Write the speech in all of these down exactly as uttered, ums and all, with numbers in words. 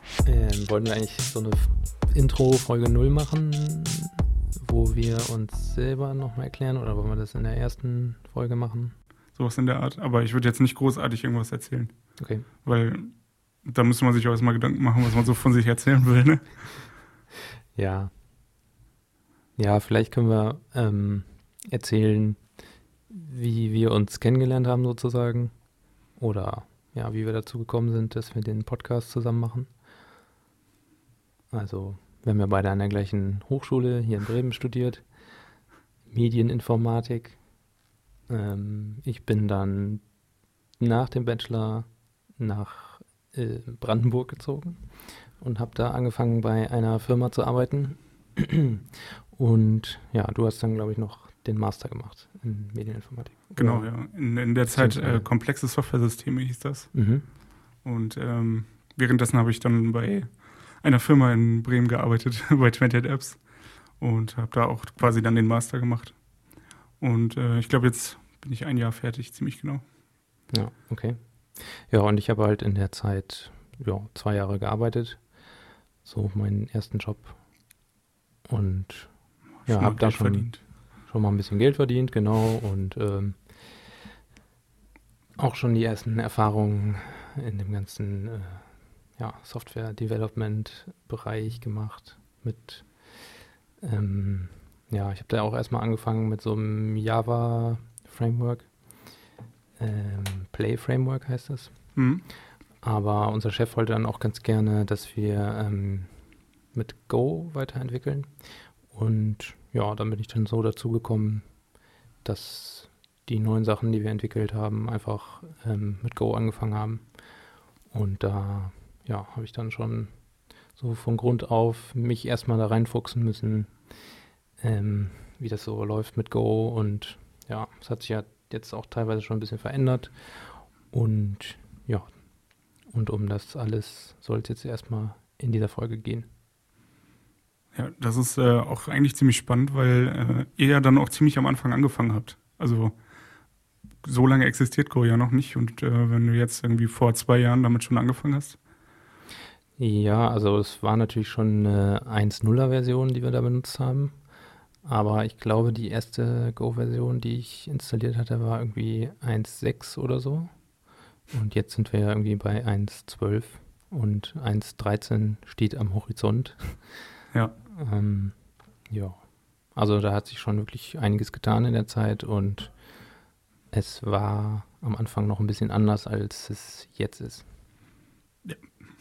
Ähm, wollen wir eigentlich so eine Intro Folge null machen, wo wir uns selber nochmal erklären, oder wollen wir das in der ersten Folge machen? Sowas in der Art. Aber ich würde jetzt nicht großartig irgendwas erzählen. Okay. Weil da müsste man sich auch erstmal Gedanken machen, was man so von sich erzählen will, ne? Ja. Ja, vielleicht können wir ähm, erzählen, wie wir uns kennengelernt haben sozusagen. Oder ja, wie wir dazu gekommen sind, dass wir den Podcast zusammen machen. Also, wir haben ja beide an der gleichen Hochschule hier in Bremen studiert. Medieninformatik. Ähm, ich bin dann nach dem Bachelor nach äh, Brandenburg gezogen und habe da angefangen, bei einer Firma zu arbeiten. Und ja, du hast dann, glaube ich, noch den Master gemacht in Medieninformatik. Genau, Oder? ja. In, in der Zeit äh, komplexe Softwaresysteme hieß das. Mhm. Und ähm, währenddessen habe ich dann bei einer Firma in Bremen gearbeitet, bei twenty-eight Apps. Und habe da auch quasi dann den Master gemacht. Und äh, ich glaube, jetzt bin ich ein Jahr fertig, ziemlich genau. Ja, okay. Ja, und ich habe halt in der Zeit ja, zwei Jahre gearbeitet. So meinen ersten Job. Und ja, habe da schon, verdient. schon mal ein bisschen Geld verdient, genau. Und ähm, auch schon die ersten Erfahrungen in dem ganzen äh, ja, Software-Development-Bereich gemacht. Mit, ähm, ja, ich habe da auch erstmal angefangen mit so einem Java-Framework. Ähm, Play-Framework heißt das. Mhm. Aber unser Chef wollte dann auch ganz gerne, dass wir ähm, mit Go weiterentwickeln. Und ja, dann bin ich dann so dazu gekommen, dass die neuen Sachen, die wir entwickelt haben, einfach ähm, mit Go angefangen haben. Und da ja, habe ich dann schon so von Grund auf mich erstmal da reinfuchsen müssen, ähm, wie das so läuft mit Go. Und ja, es hat sich ja jetzt auch teilweise schon ein bisschen verändert. Und ja, und um das alles soll es jetzt erstmal in dieser Folge gehen. Ja, das ist äh, auch eigentlich ziemlich spannend, weil äh, ihr ja dann auch ziemlich am Anfang angefangen habt. Also so lange existiert Go ja noch nicht. Und äh, wenn du jetzt irgendwie vor zwei Jahren damit schon angefangen hast. Ja, also es war natürlich schon eine eins Punkt null-Version, die wir da benutzt haben. Aber ich glaube, die erste Go-Version, die ich installiert hatte, war irgendwie eins Punkt sechs oder so. Und jetzt sind wir ja irgendwie bei eins Punkt zwölf und eins Punkt dreizehn steht am Horizont. Ja. Ähm, ja, also da hat sich schon wirklich einiges getan in der Zeit und es war am Anfang noch ein bisschen anders, als es jetzt ist. Ja.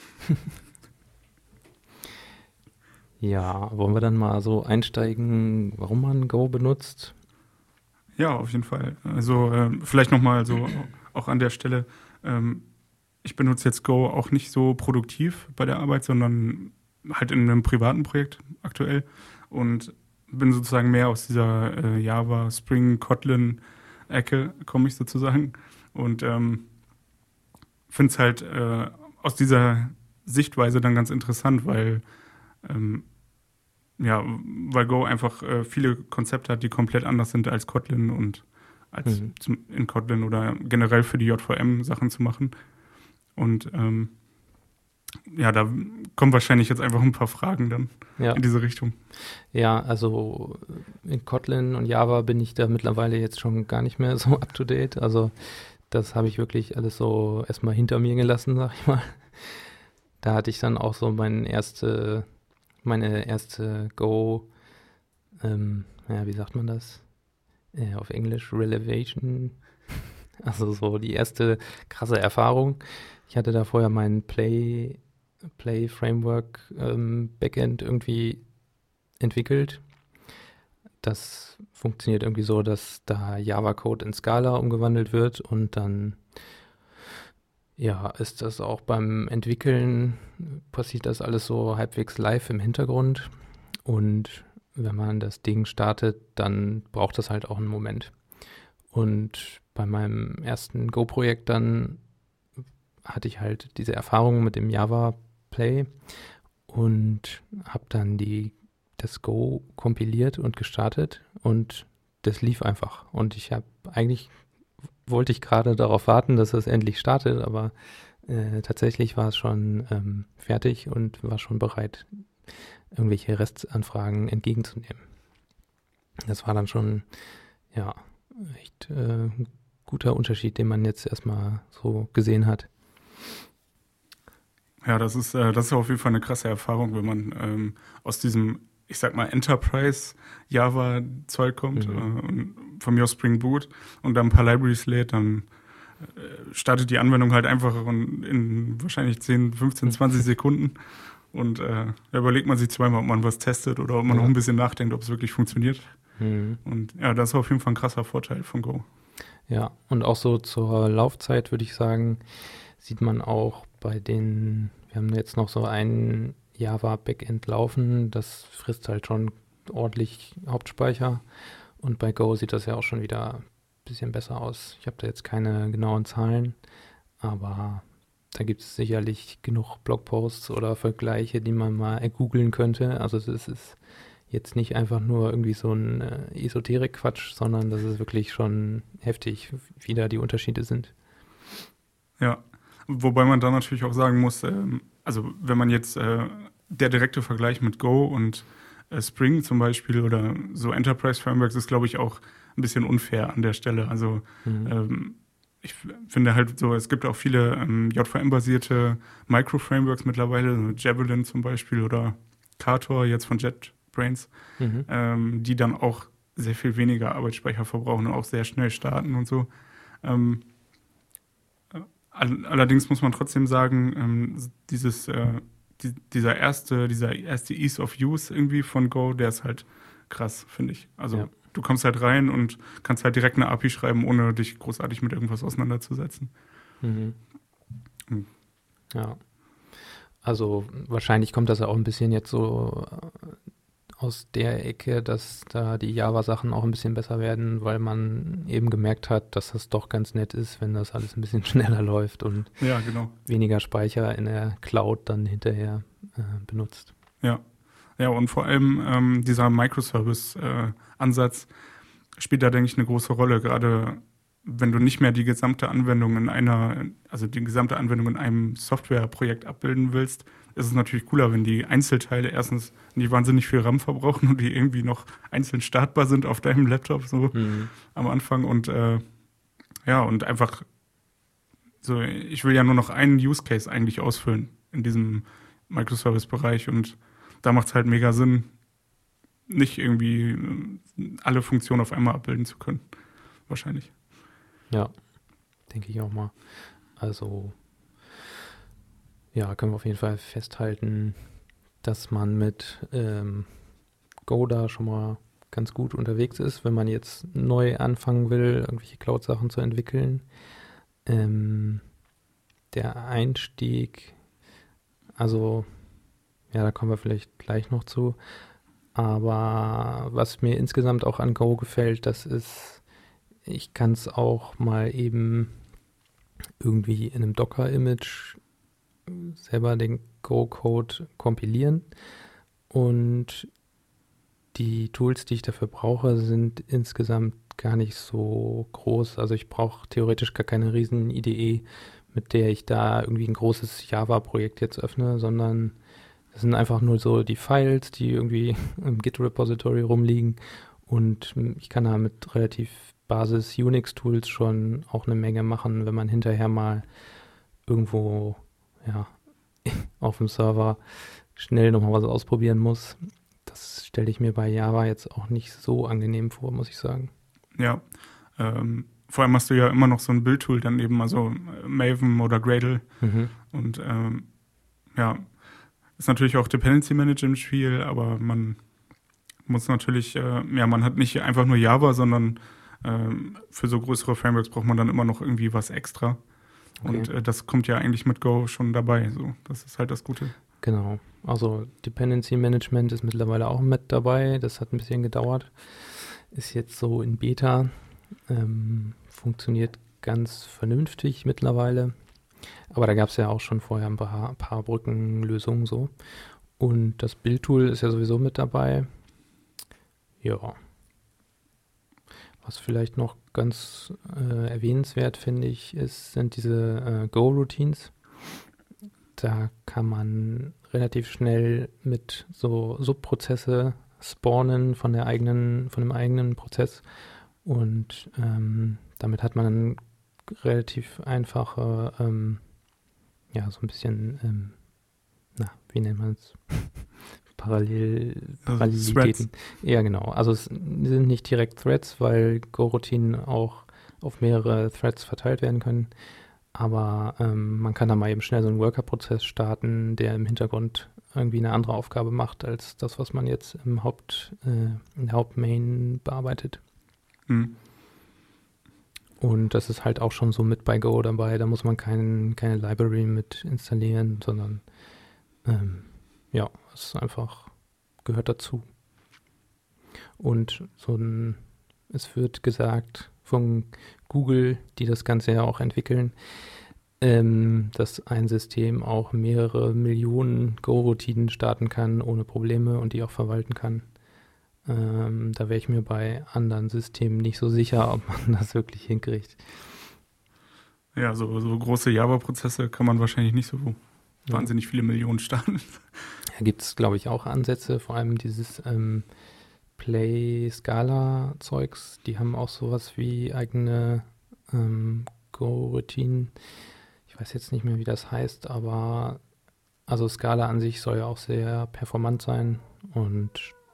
Ja, wollen wir dann mal so einsteigen, warum man Go benutzt? Ja, auf jeden Fall. Also äh, vielleicht nochmal so auch an der Stelle, ähm, ich benutze jetzt Go auch nicht so produktiv bei der Arbeit, sondern halt in einem privaten Projekt aktuell und bin sozusagen mehr aus dieser äh, Java, Spring, Kotlin-Ecke, komme ich sozusagen und ähm, finde es halt äh, aus dieser Sichtweise dann ganz interessant, weil ähm, ja, weil Go einfach äh, viele Konzepte hat, die komplett anders sind als Kotlin und als Mhm. zum, in Kotlin oder generell für die J V M Sachen zu machen. Und ähm, ja, da kommen wahrscheinlich jetzt einfach ein paar Fragen dann Ja. in diese Richtung. Ja, also in Kotlin und Java bin ich da mittlerweile jetzt schon gar nicht mehr so up to date. Also das habe ich wirklich alles so erstmal hinter mir gelassen, sag ich mal. Da hatte ich dann auch so meine erste, meine erste Go, ähm, ja, wie sagt man das? Äh, auf Englisch, Relevation. Also so die erste krasse Erfahrung. Ich hatte da vorher mein Play, Play Framework ähm, Backend irgendwie entwickelt. Das funktioniert irgendwie so, dass da Java-Code in Scala umgewandelt wird und dann ja, ist das auch beim Entwickeln, passiert das alles so halbwegs live im Hintergrund und wenn man das Ding startet, dann braucht das halt auch einen Moment. Und bei meinem ersten Go-Projekt dann hatte ich halt diese Erfahrung mit dem Java Play und habe dann die das Go kompiliert und gestartet und das lief einfach. Und ich habe eigentlich, wollte ich gerade darauf warten, dass es endlich startet, aber Äh, tatsächlich war es schon ähm, fertig und war schon bereit, irgendwelche Restanfragen entgegenzunehmen. Das war dann schon, ja, echt äh, ein guter Unterschied, den man jetzt erstmal so gesehen hat. Ja, das ist, äh, das ist auf jeden Fall eine krasse Erfahrung, wenn man ähm, aus diesem, ich sag mal, Enterprise-Java-Zeug kommt, Mhm. äh, und von mir aus Spring Boot und dann ein paar Libraries lädt, dann äh, startet die Anwendung halt einfach und in wahrscheinlich zehn, fünfzehn, zwanzig Sekunden. Und äh, da überlegt man sich zweimal, ob man was testet oder ob man Ja. noch ein bisschen nachdenkt, ob es wirklich funktioniert. Mhm. Und ja, das ist auf jeden Fall ein krasser Vorteil von Go. Ja, und auch so zur Laufzeit würde ich sagen, sieht man auch bei den, wir haben jetzt noch so ein Java-Backend laufen, das frisst halt schon ordentlich Hauptspeicher und bei Go sieht das ja auch schon wieder ein bisschen besser aus. Ich habe da jetzt keine genauen Zahlen, aber da gibt es sicherlich genug Blogposts oder Vergleiche, die man mal googeln könnte. Also es ist jetzt nicht einfach nur irgendwie so ein äh, Esoterik-Quatsch, sondern das ist wirklich schon heftig, wie da die Unterschiede sind. Ja, wobei man da natürlich auch sagen muss, ähm, also wenn man jetzt äh, der direkte Vergleich mit Go und äh, Spring zum Beispiel oder so Enterprise Frameworks ist, glaube ich, auch ein bisschen unfair an der Stelle. Also Mhm. ähm, ich f- finde halt so, es gibt auch viele ähm, J V M-basierte Micro-Frameworks mittlerweile, so Javelin zum Beispiel oder Ktor jetzt von JetBrains, Mhm. ähm, die dann auch sehr viel weniger Arbeitsspeicher verbrauchen und auch sehr schnell starten und so. Ähm, all- allerdings muss man trotzdem sagen, ähm, dieses, äh, die, dieser erste, dieser erste Ease of Use irgendwie von Go, der ist halt krass, finde ich. Also Ja. du kommst halt rein und kannst halt direkt eine A P I schreiben, ohne dich großartig mit irgendwas auseinanderzusetzen. Mhm. Mhm. Ja. Also wahrscheinlich kommt das ja auch ein bisschen jetzt so äh, aus der Ecke, dass da die Java-Sachen auch ein bisschen besser werden, weil man eben gemerkt hat, dass das doch ganz nett ist, wenn das alles ein bisschen schneller läuft und Ja, genau. weniger Speicher in der Cloud dann hinterher äh, benutzt. Ja. Ja, und vor allem ähm, dieser Microservice-Ansatz spielt da, denke ich, eine große Rolle, gerade wenn du nicht mehr die gesamte Anwendung in einer, also die gesamte Anwendung in einem Softwareprojekt abbilden willst, ist es natürlich cooler, wenn die Einzelteile erstens nicht wahnsinnig viel RAM verbrauchen und die irgendwie noch einzeln startbar sind auf deinem Laptop so Mhm. am Anfang und äh, ja, und einfach so, ich will ja nur noch einen Use Case eigentlich ausfüllen in diesem Microservice-Bereich und da macht es halt mega Sinn, nicht irgendwie äh, alle Funktionen auf einmal abbilden zu können. Wahrscheinlich. Ja, denke ich auch mal. Also, ja, können wir auf jeden Fall festhalten, dass man mit ähm, Go da schon mal ganz gut unterwegs ist, wenn man jetzt neu anfangen will, irgendwelche Cloud-Sachen zu entwickeln. Ähm, der Einstieg, also, ja, da kommen wir vielleicht gleich noch zu. Aber was mir insgesamt auch an Go gefällt, das ist, ich kann es auch mal eben irgendwie in einem Docker-Image selber den Go-Code kompilieren. Und die Tools, die ich dafür brauche, sind insgesamt gar nicht so groß. Also ich brauche theoretisch gar keine riesen I D E, mit der ich da irgendwie ein großes Java-Projekt jetzt öffne, sondern das sind einfach nur so die Files, die irgendwie im Git-Repository rumliegen. Und ich kann da mit relativ Basis-Unix-Tools schon auch eine Menge machen, wenn man hinterher mal irgendwo, ja, auf dem Server schnell nochmal was ausprobieren muss. Das stelle ich mir bei Java jetzt auch nicht so angenehm vor, muss ich sagen. Ja. Ähm, vor allem hast du ja immer noch so ein Bildtool daneben, also äh, Maven oder Gradle. Mhm. Und ähm, ja, ist natürlich auch Dependency Manager im Spiel, aber man muss natürlich, äh, ja, man hat nicht einfach nur Java, sondern ähm, für so größere Frameworks braucht man dann immer noch irgendwie was extra. Okay. Und äh, das kommt ja eigentlich mit Go schon dabei. So, das ist halt das Gute. Genau. Also Dependency Management ist mittlerweile auch mit dabei. Das hat ein bisschen gedauert. Ist jetzt so in Beta. Ähm, funktioniert ganz vernünftig mittlerweile. Aber da gab es ja auch schon vorher ein paar, paar Brückenlösungen so. Und das Bildtool ist ja sowieso mit dabei. Ja. Was vielleicht noch ganz äh, erwähnenswert, finde ich, ist, sind diese äh, Go-Routines. da kann man relativ schnell mit so Subprozesse spawnen von der eigenen, von dem eigenen Prozess und ähm, damit hat man dann relativ einfache, ähm, ja, so ein bisschen, ähm, na, wie nennt man es? Parallel, Also Parallelitäten. Ja, genau. Also es sind nicht direkt Threads, weil Go-Routinen auch auf mehrere Threads verteilt werden können. Aber ähm, man kann da mal eben schnell so einen Worker-Prozess starten, der im Hintergrund irgendwie eine andere Aufgabe macht, als das, was man jetzt im Haupt, äh, in der Hauptmain bearbeitet. Mhm. Und das ist halt auch schon so mit bei Go dabei. Da muss man kein, keine Library mit installieren, sondern ähm, ja, es ist einfach, gehört dazu. Und so ein, es wird gesagt von Google, die das Ganze ja auch entwickeln, ähm, dass ein System auch mehrere Millionen Go-Routinen starten kann ohne Probleme und die auch verwalten kann. Ähm, da wäre ich mir bei anderen Systemen nicht so sicher, ob man das wirklich hinkriegt. Ja, so, so große Java-Prozesse kann man wahrscheinlich nicht so Ja. wahnsinnig viele Millionen starten. Da gibt es, glaube ich, auch Ansätze, vor allem dieses ähm, Play-Scala-Zeugs, die haben auch sowas wie eigene ähm, Go-Routinen. Ich weiß jetzt nicht mehr, wie das heißt, aber also Scala an sich soll ja auch sehr performant sein und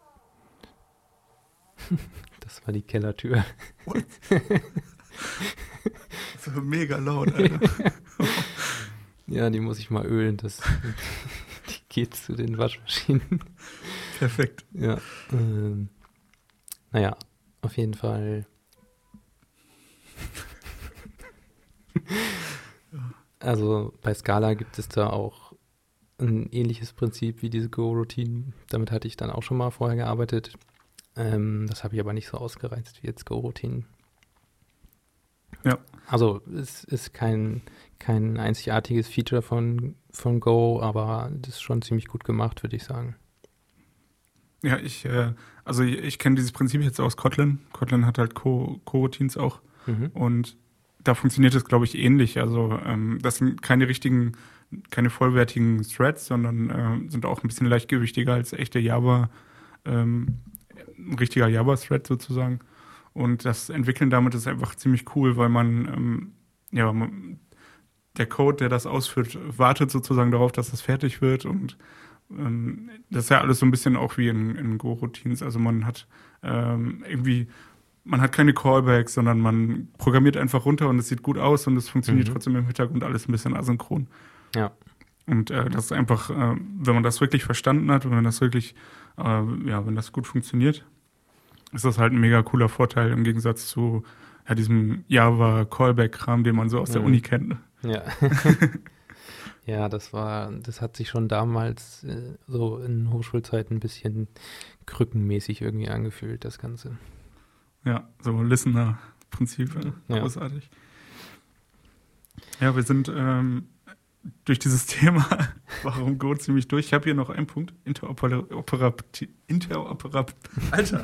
das war die Kellertür. What? Das war mega laut, Alter. Ja, die muss ich mal ölen, das die geht zu den Waschmaschinen. Perfekt. Ja, ähm, naja, auf jeden Fall. Also bei Scala gibt es da auch ein ähnliches Prinzip wie diese Go-Routinen. Damit hatte ich dann auch schon mal vorher gearbeitet. Ähm, das habe ich aber nicht so ausgereizt wie jetzt Go-Routinen. Ja. Also es ist kein, kein einzigartiges Feature von, von Go, aber das ist schon ziemlich gut gemacht, würde ich sagen. Ja, ich, äh, also ich, ich kenne dieses Prinzip jetzt aus Kotlin. Kotlin hat halt Co- Co-Routines auch. Mhm. Und da funktioniert es, glaube ich, ähnlich. Also ähm, das sind keine richtigen, keine vollwertigen Threads, sondern äh, sind auch ein bisschen leichtgewichtiger als echte Java, ähm, ein richtiger Java-Thread sozusagen. Und das Entwickeln damit ist einfach ziemlich cool, weil man, ähm, ja, man, der Code, der das ausführt, wartet sozusagen darauf, dass das fertig wird. Und ähm, das ist ja alles so ein bisschen auch wie in, in Go-Routines. Also man hat ähm, irgendwie, man hat keine Callbacks, sondern man programmiert einfach runter und es sieht gut aus und es funktioniert Mhm. trotzdem im Hintergrund alles ein bisschen asynchron. Ja. Und äh, das ist einfach, äh, wenn man das wirklich verstanden hat und wenn das wirklich, äh, ja, wenn das gut funktioniert, ist das halt ein mega cooler Vorteil im Gegensatz zu ja, diesem Java-Callback-Kram, den man so aus Mhm. der Uni kennt. Ja. Ja, das war, das hat sich schon damals äh, so in Hochschulzeiten ein bisschen krückenmäßig irgendwie angefühlt, das Ganze. Ja, so Listener-Prinzip, äh, Ja. großartig. Ja, wir sind ähm, durch dieses Thema, warum Go ziemlich durch. Ich habe hier noch einen Punkt, Interoperabilität. Interoperab Alter.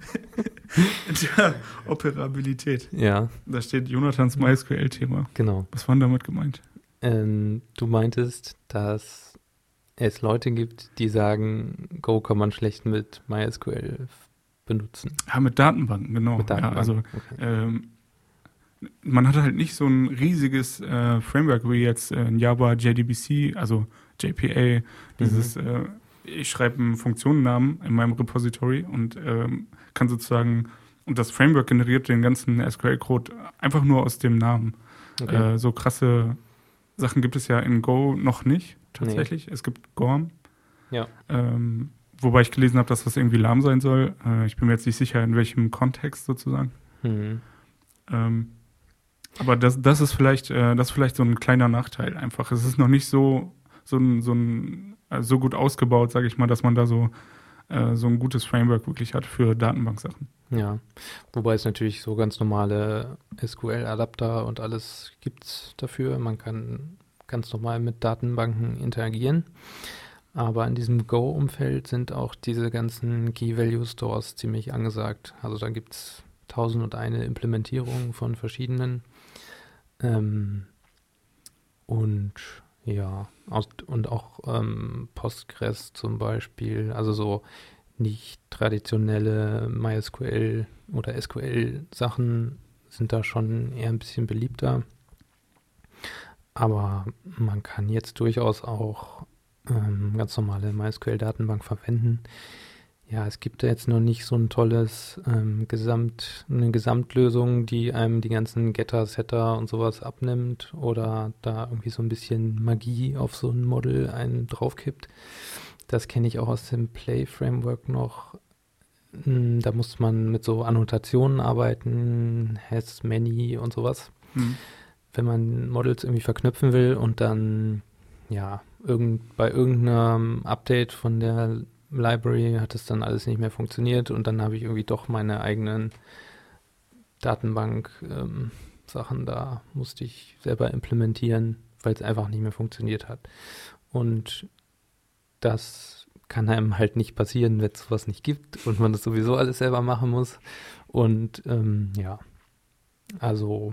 Interoperabilität. Ja, Da steht Jonathans MySQL-Thema. genau. Was war denn damit gemeint? Ähm, du meintest, dass es Leute gibt, die sagen, Go kann man schlecht mit MySQL f- benutzen. Ja, mit Datenbanken, genau. Mit Ja, Datenbanken. also Okay. ähm, man hat halt nicht so ein riesiges äh, Framework wie jetzt äh, in Java J D B C, also J P A, dieses, Mhm. äh, ich schreibe einen Funktionennamen in meinem Repository und ähm, kann sozusagen, und das Framework generiert den ganzen S Q L-Code einfach nur aus dem Namen. Okay. Äh, so krasse Sachen gibt es ja in Go noch nicht, tatsächlich. Es gibt Gorm. Ja. Ähm, wobei ich gelesen habe, dass das irgendwie lahm sein soll. Äh, ich bin mir jetzt nicht sicher, in welchem Kontext sozusagen. Mhm. Ähm, aber das, das ist vielleicht, äh, das ist vielleicht so ein kleiner Nachteil einfach. Es ist noch nicht so, so, ein, so, ein, äh, so gut ausgebaut, sage ich mal, dass man da so, äh, so ein gutes Framework wirklich hat für Datenbanksachen. Ja, wobei es natürlich so ganz normale S Q L-Adapter und alles gibt dafür. Man kann ganz normal mit Datenbanken interagieren. Aber in diesem Go-Umfeld sind auch diese ganzen Key-Value-Stores ziemlich angesagt. Also da gibt es tausend und eine Implementierungen von verschiedenen. Ähm, und Ja, aus, und auch ähm, Postgres zum Beispiel, also so nicht traditionelle MySQL oder S Q L-Sachen sind da schon eher ein bisschen beliebter. Aber man kann jetzt durchaus auch ähm, ganz normale MySQL-Datenbank verwenden. Ja, es gibt da jetzt noch nicht so ein tolles ähm, Gesamt, eine Gesamtlösung, die einem die ganzen Getter, Setter und sowas abnimmt oder da irgendwie so ein bisschen Magie auf so ein Model einen draufkippt. Das kenne ich auch aus dem Play-Framework noch. Hm, Da muss man mit so Annotationen arbeiten, has, many und sowas, Hm. wenn man Models irgendwie verknüpfen will und dann, ja, irgend, bei irgendeinem Update von der Library hat es dann alles nicht mehr funktioniert und dann habe ich irgendwie doch meine eigenen Datenbank-Sachen da, musste ich selber implementieren, weil es einfach nicht mehr funktioniert hat. Und das kann einem halt nicht passieren, wenn es sowas nicht gibt und man das sowieso alles selber machen muss. Und ähm, ja, also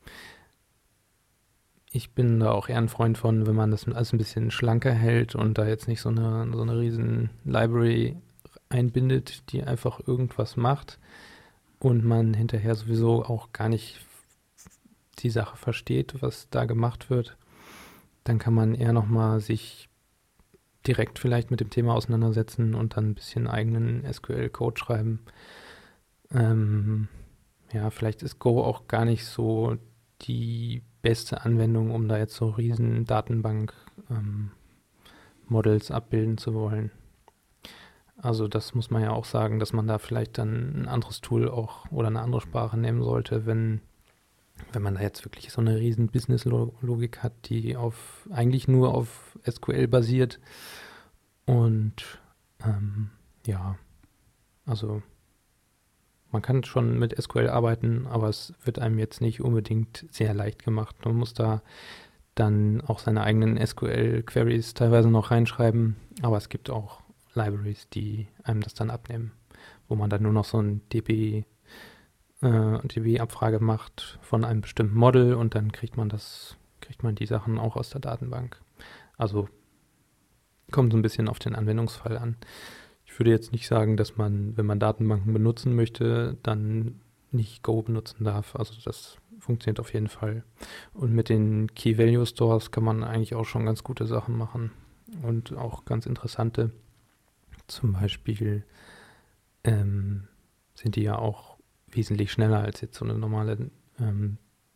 ich bin da auch eher ein Freund von, wenn man das alles ein bisschen schlanker hält und da jetzt nicht so eine, so eine riesen Library einbindet, die einfach irgendwas macht und man hinterher sowieso auch gar nicht die Sache versteht, was da gemacht wird, dann kann man eher nochmal sich direkt vielleicht mit dem Thema auseinandersetzen und dann ein bisschen eigenen S Q L-Code schreiben. Ähm, ja, vielleicht ist Go auch gar nicht so die beste Anwendung, um da jetzt so riesen Datenbank-Models ähm, abbilden zu wollen. Also das muss man ja auch sagen, dass man da vielleicht dann ein anderes Tool auch oder eine andere Sprache nehmen sollte, wenn, wenn man da jetzt wirklich so eine riesen Business-Logik hat, die auf eigentlich nur auf S Q L basiert. Und ähm, ja, also man kann schon mit S Q L arbeiten, aber es wird einem jetzt nicht unbedingt sehr leicht gemacht. Man muss da dann auch seine eigenen S Q L-Queries teilweise noch reinschreiben, aber es gibt auch Libraries, die einem das dann abnehmen, wo man dann nur noch so ein D B, äh, D B-Abfrage macht von einem bestimmten Model und dann kriegt man das, kriegt man die Sachen auch aus der Datenbank. Also kommt so ein bisschen auf den Anwendungsfall an. Ich würde jetzt nicht sagen, dass man, wenn man Datenbanken benutzen möchte, dann nicht Go benutzen darf. Also das funktioniert auf jeden Fall. Und mit den Key-Value-Stores kann man eigentlich auch schon ganz gute Sachen machen und auch ganz interessante. Zum Beispiel ähm, sind die ja auch wesentlich schneller als jetzt so eine normale ähm,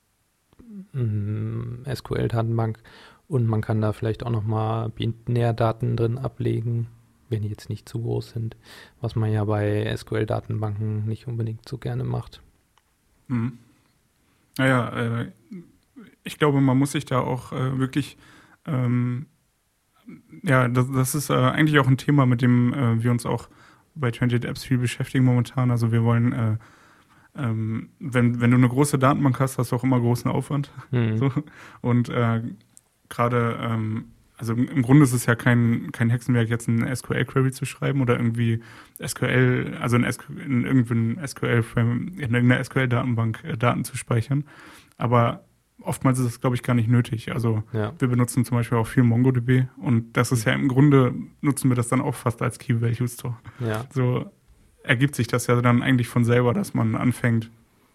S Q L-Datenbank. Und man kann da vielleicht auch nochmal Binärdaten drin ablegen, wenn die jetzt nicht zu groß sind, was man ja bei S Q L-Datenbanken nicht unbedingt so gerne macht. Mhm. Naja, äh, ich glaube, man muss sich da auch äh, wirklich, ähm, ja, das, das ist äh, eigentlich auch ein Thema, mit dem äh, wir uns auch bei twenty-eight Apps viel beschäftigen momentan. Also wir wollen, äh, ähm, wenn, wenn du eine große Datenbank hast, hast du auch immer großen Aufwand. Mhm. So. Und äh, gerade, ähm, also im Grunde ist es ja kein, kein Hexenwerk, jetzt einen S Q L-Query zu schreiben oder irgendwie S Q L, also in, S Q, in irgendeinem S Q L-Frame, in irgendeiner S Q L-Datenbank äh, Daten zu speichern. Aber oftmals ist es, glaube ich, gar nicht nötig. Also Ja. wir benutzen zum Beispiel auch viel MongoDB und das ist ja im Grunde, nutzen wir das dann auch fast als Key-Value-Store. Ja. So ergibt sich das ja dann eigentlich von selber, dass man anfängt,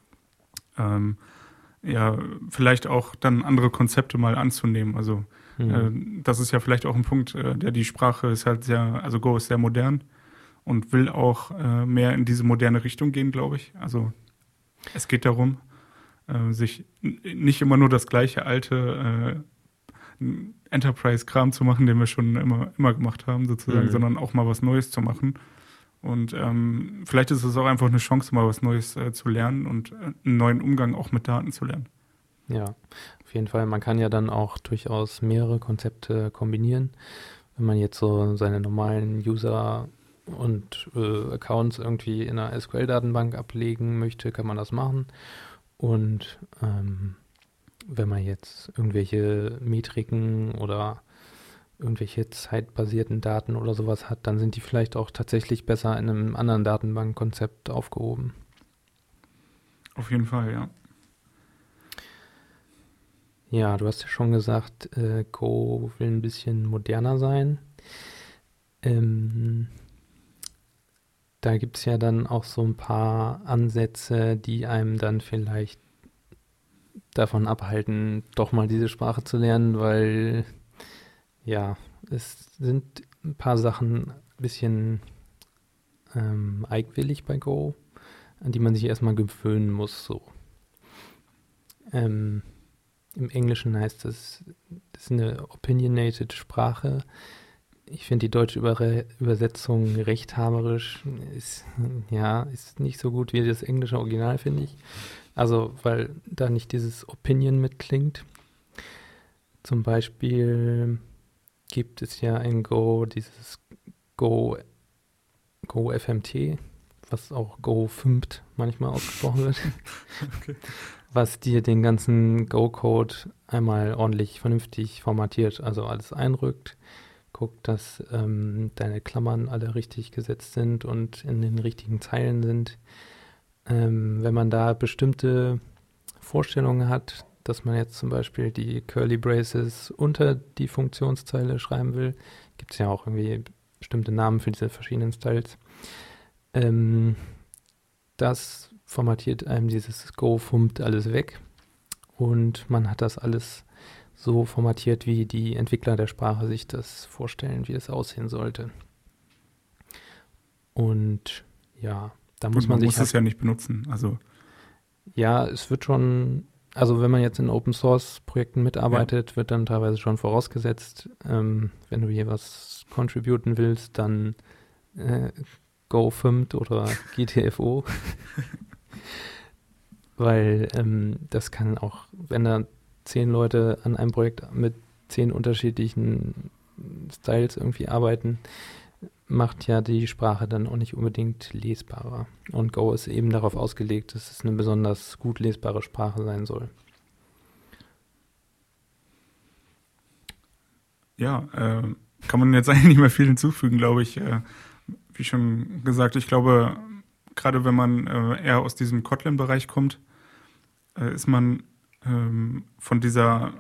ähm, ja, vielleicht auch dann andere Konzepte mal anzunehmen. Also Mhm. äh, das ist ja vielleicht auch ein Punkt, äh, der die Sprache ist halt sehr, also Go ist sehr modern und will auch äh, mehr in diese moderne Richtung gehen, glaube ich. Also es geht darum, äh, sich n- nicht immer nur das gleiche alte äh, Enterprise-Kram zu machen, den wir schon immer, immer gemacht haben, sozusagen, Mhm. sondern auch mal was Neues zu machen. Und ähm, vielleicht ist es auch einfach eine Chance, mal was Neues äh, zu lernen und äh, einen neuen Umgang auch mit Daten zu lernen. Ja, auf jeden Fall. Man kann ja dann auch durchaus mehrere Konzepte kombinieren. Wenn man jetzt so seine normalen User und äh, Accounts irgendwie in einer S Q L-Datenbank ablegen möchte, kann man das machen. Und ähm, wenn man jetzt irgendwelche Metriken oder irgendwelche zeitbasierten Daten oder sowas hat, dann sind die vielleicht auch tatsächlich besser in einem anderen Datenbankkonzept aufgehoben. Auf jeden Fall, ja. Ja, du hast ja schon gesagt, äh, Go will ein bisschen moderner sein. Ähm, Da gibt es ja dann auch so ein paar Ansätze, die einem dann vielleicht davon abhalten, doch mal diese Sprache zu lernen, weil ja, es sind ein paar Sachen ein bisschen ähm, eigenwillig bei Go, an die man sich erstmal gewöhnen muss. So. Ähm, Im Englischen heißt es, das ist eine opinionated Sprache. Ich finde die deutsche Überre Übersetzung rechthaberisch ist, ja, ist nicht so gut wie das englische Original, finde ich. Also, weil da nicht dieses Opinion mitklingt. Zum Beispiel gibt es ja in Go dieses Go, Go F M T, was auch Go fünft manchmal ausgesprochen wird, Okay. was dir den ganzen Go-Code einmal ordentlich vernünftig formatiert, also alles einrückt, guckt, dass ähm, deine Klammern alle richtig gesetzt sind und in den richtigen Zeilen sind. Ähm, wenn man da bestimmte Vorstellungen hat, dass man jetzt zum Beispiel die Curly Braces unter die Funktionszeile schreiben will, gibt es ja auch irgendwie bestimmte Namen für diese verschiedenen Styles. Ähm, das formatiert einem dieses Go fummt alles weg und man hat das alles so formatiert, wie die Entwickler der Sprache sich das vorstellen, wie es aussehen sollte. Und ja, da Gut, muss man man sich muss halt, es ja nicht benutzen. Also, ja, es wird schon, also wenn man jetzt in Open Source Projekten mitarbeitet, wird dann teilweise schon vorausgesetzt, ähm, wenn du hier was contributen willst, dann äh, Go fünf oder G T F O. Weil ähm, das kann auch, wenn da zehn Leute an einem Projekt mit zehn unterschiedlichen Styles irgendwie arbeiten, macht ja die Sprache dann auch nicht unbedingt lesbarer. Und Go ist eben darauf ausgelegt, dass es eine besonders gut lesbare Sprache sein soll. ja, äh, kann man jetzt eigentlich nicht mehr viel hinzufügen, glaube ich. Äh, wie schon gesagt, ich glaube, gerade wenn man äh, eher aus diesem Kotlin-Bereich kommt, äh, ist man ähm, von dieser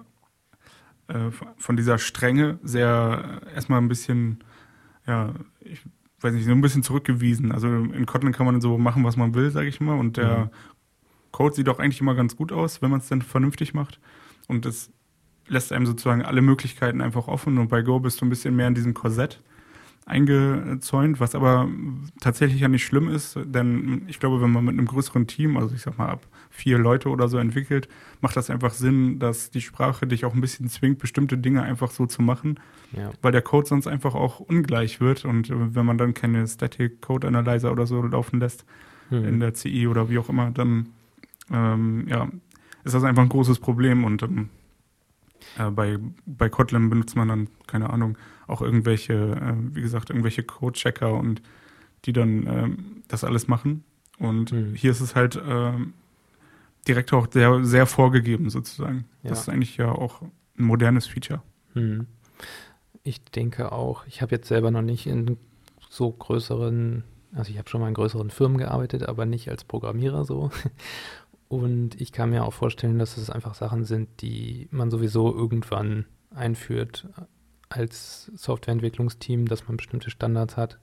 äh, von dieser Strenge sehr äh, erstmal ein bisschen, ja, ich weiß nicht, so ein bisschen zurückgewiesen. Also in Kotlin kann man so machen, was man will, sage ich mal. Und der Mhm. Code sieht auch eigentlich immer ganz gut aus, wenn man es dann vernünftig macht. Und es lässt einem sozusagen alle Möglichkeiten einfach offen. Und bei Go bist du ein bisschen mehr in diesem Korsett eingezäunt, was aber tatsächlich ja nicht schlimm ist, denn ich glaube, wenn man mit einem größeren Team, also ich sag mal ab vier Leute oder so entwickelt, macht das einfach Sinn, dass die Sprache dich auch ein bisschen zwingt, bestimmte Dinge einfach so zu machen, Ja. weil der Code sonst einfach auch ungleich wird und wenn man dann keine Static Code Analyzer oder so laufen lässt in Mhm. der C I oder wie auch immer, dann ähm, ja, ist das einfach ein großes Problem und ähm, äh, bei, bei Kotlin benutzt man dann, keine Ahnung, auch irgendwelche, äh, wie gesagt, irgendwelche Code-Checker und die dann ähm, das alles machen. Und Mhm. hier ist es halt ähm, direkt auch sehr, sehr vorgegeben sozusagen. Ja. Das ist eigentlich ja auch ein modernes Feature. Mhm. Ich denke auch, ich habe jetzt selber noch nicht in so größeren, also ich habe schon mal in größeren Firmen gearbeitet, aber nicht als Programmierer so. Und ich kann mir auch vorstellen, dass es einfach Sachen sind, die man sowieso irgendwann einführt als Softwareentwicklungsteam, dass man bestimmte Standards hat.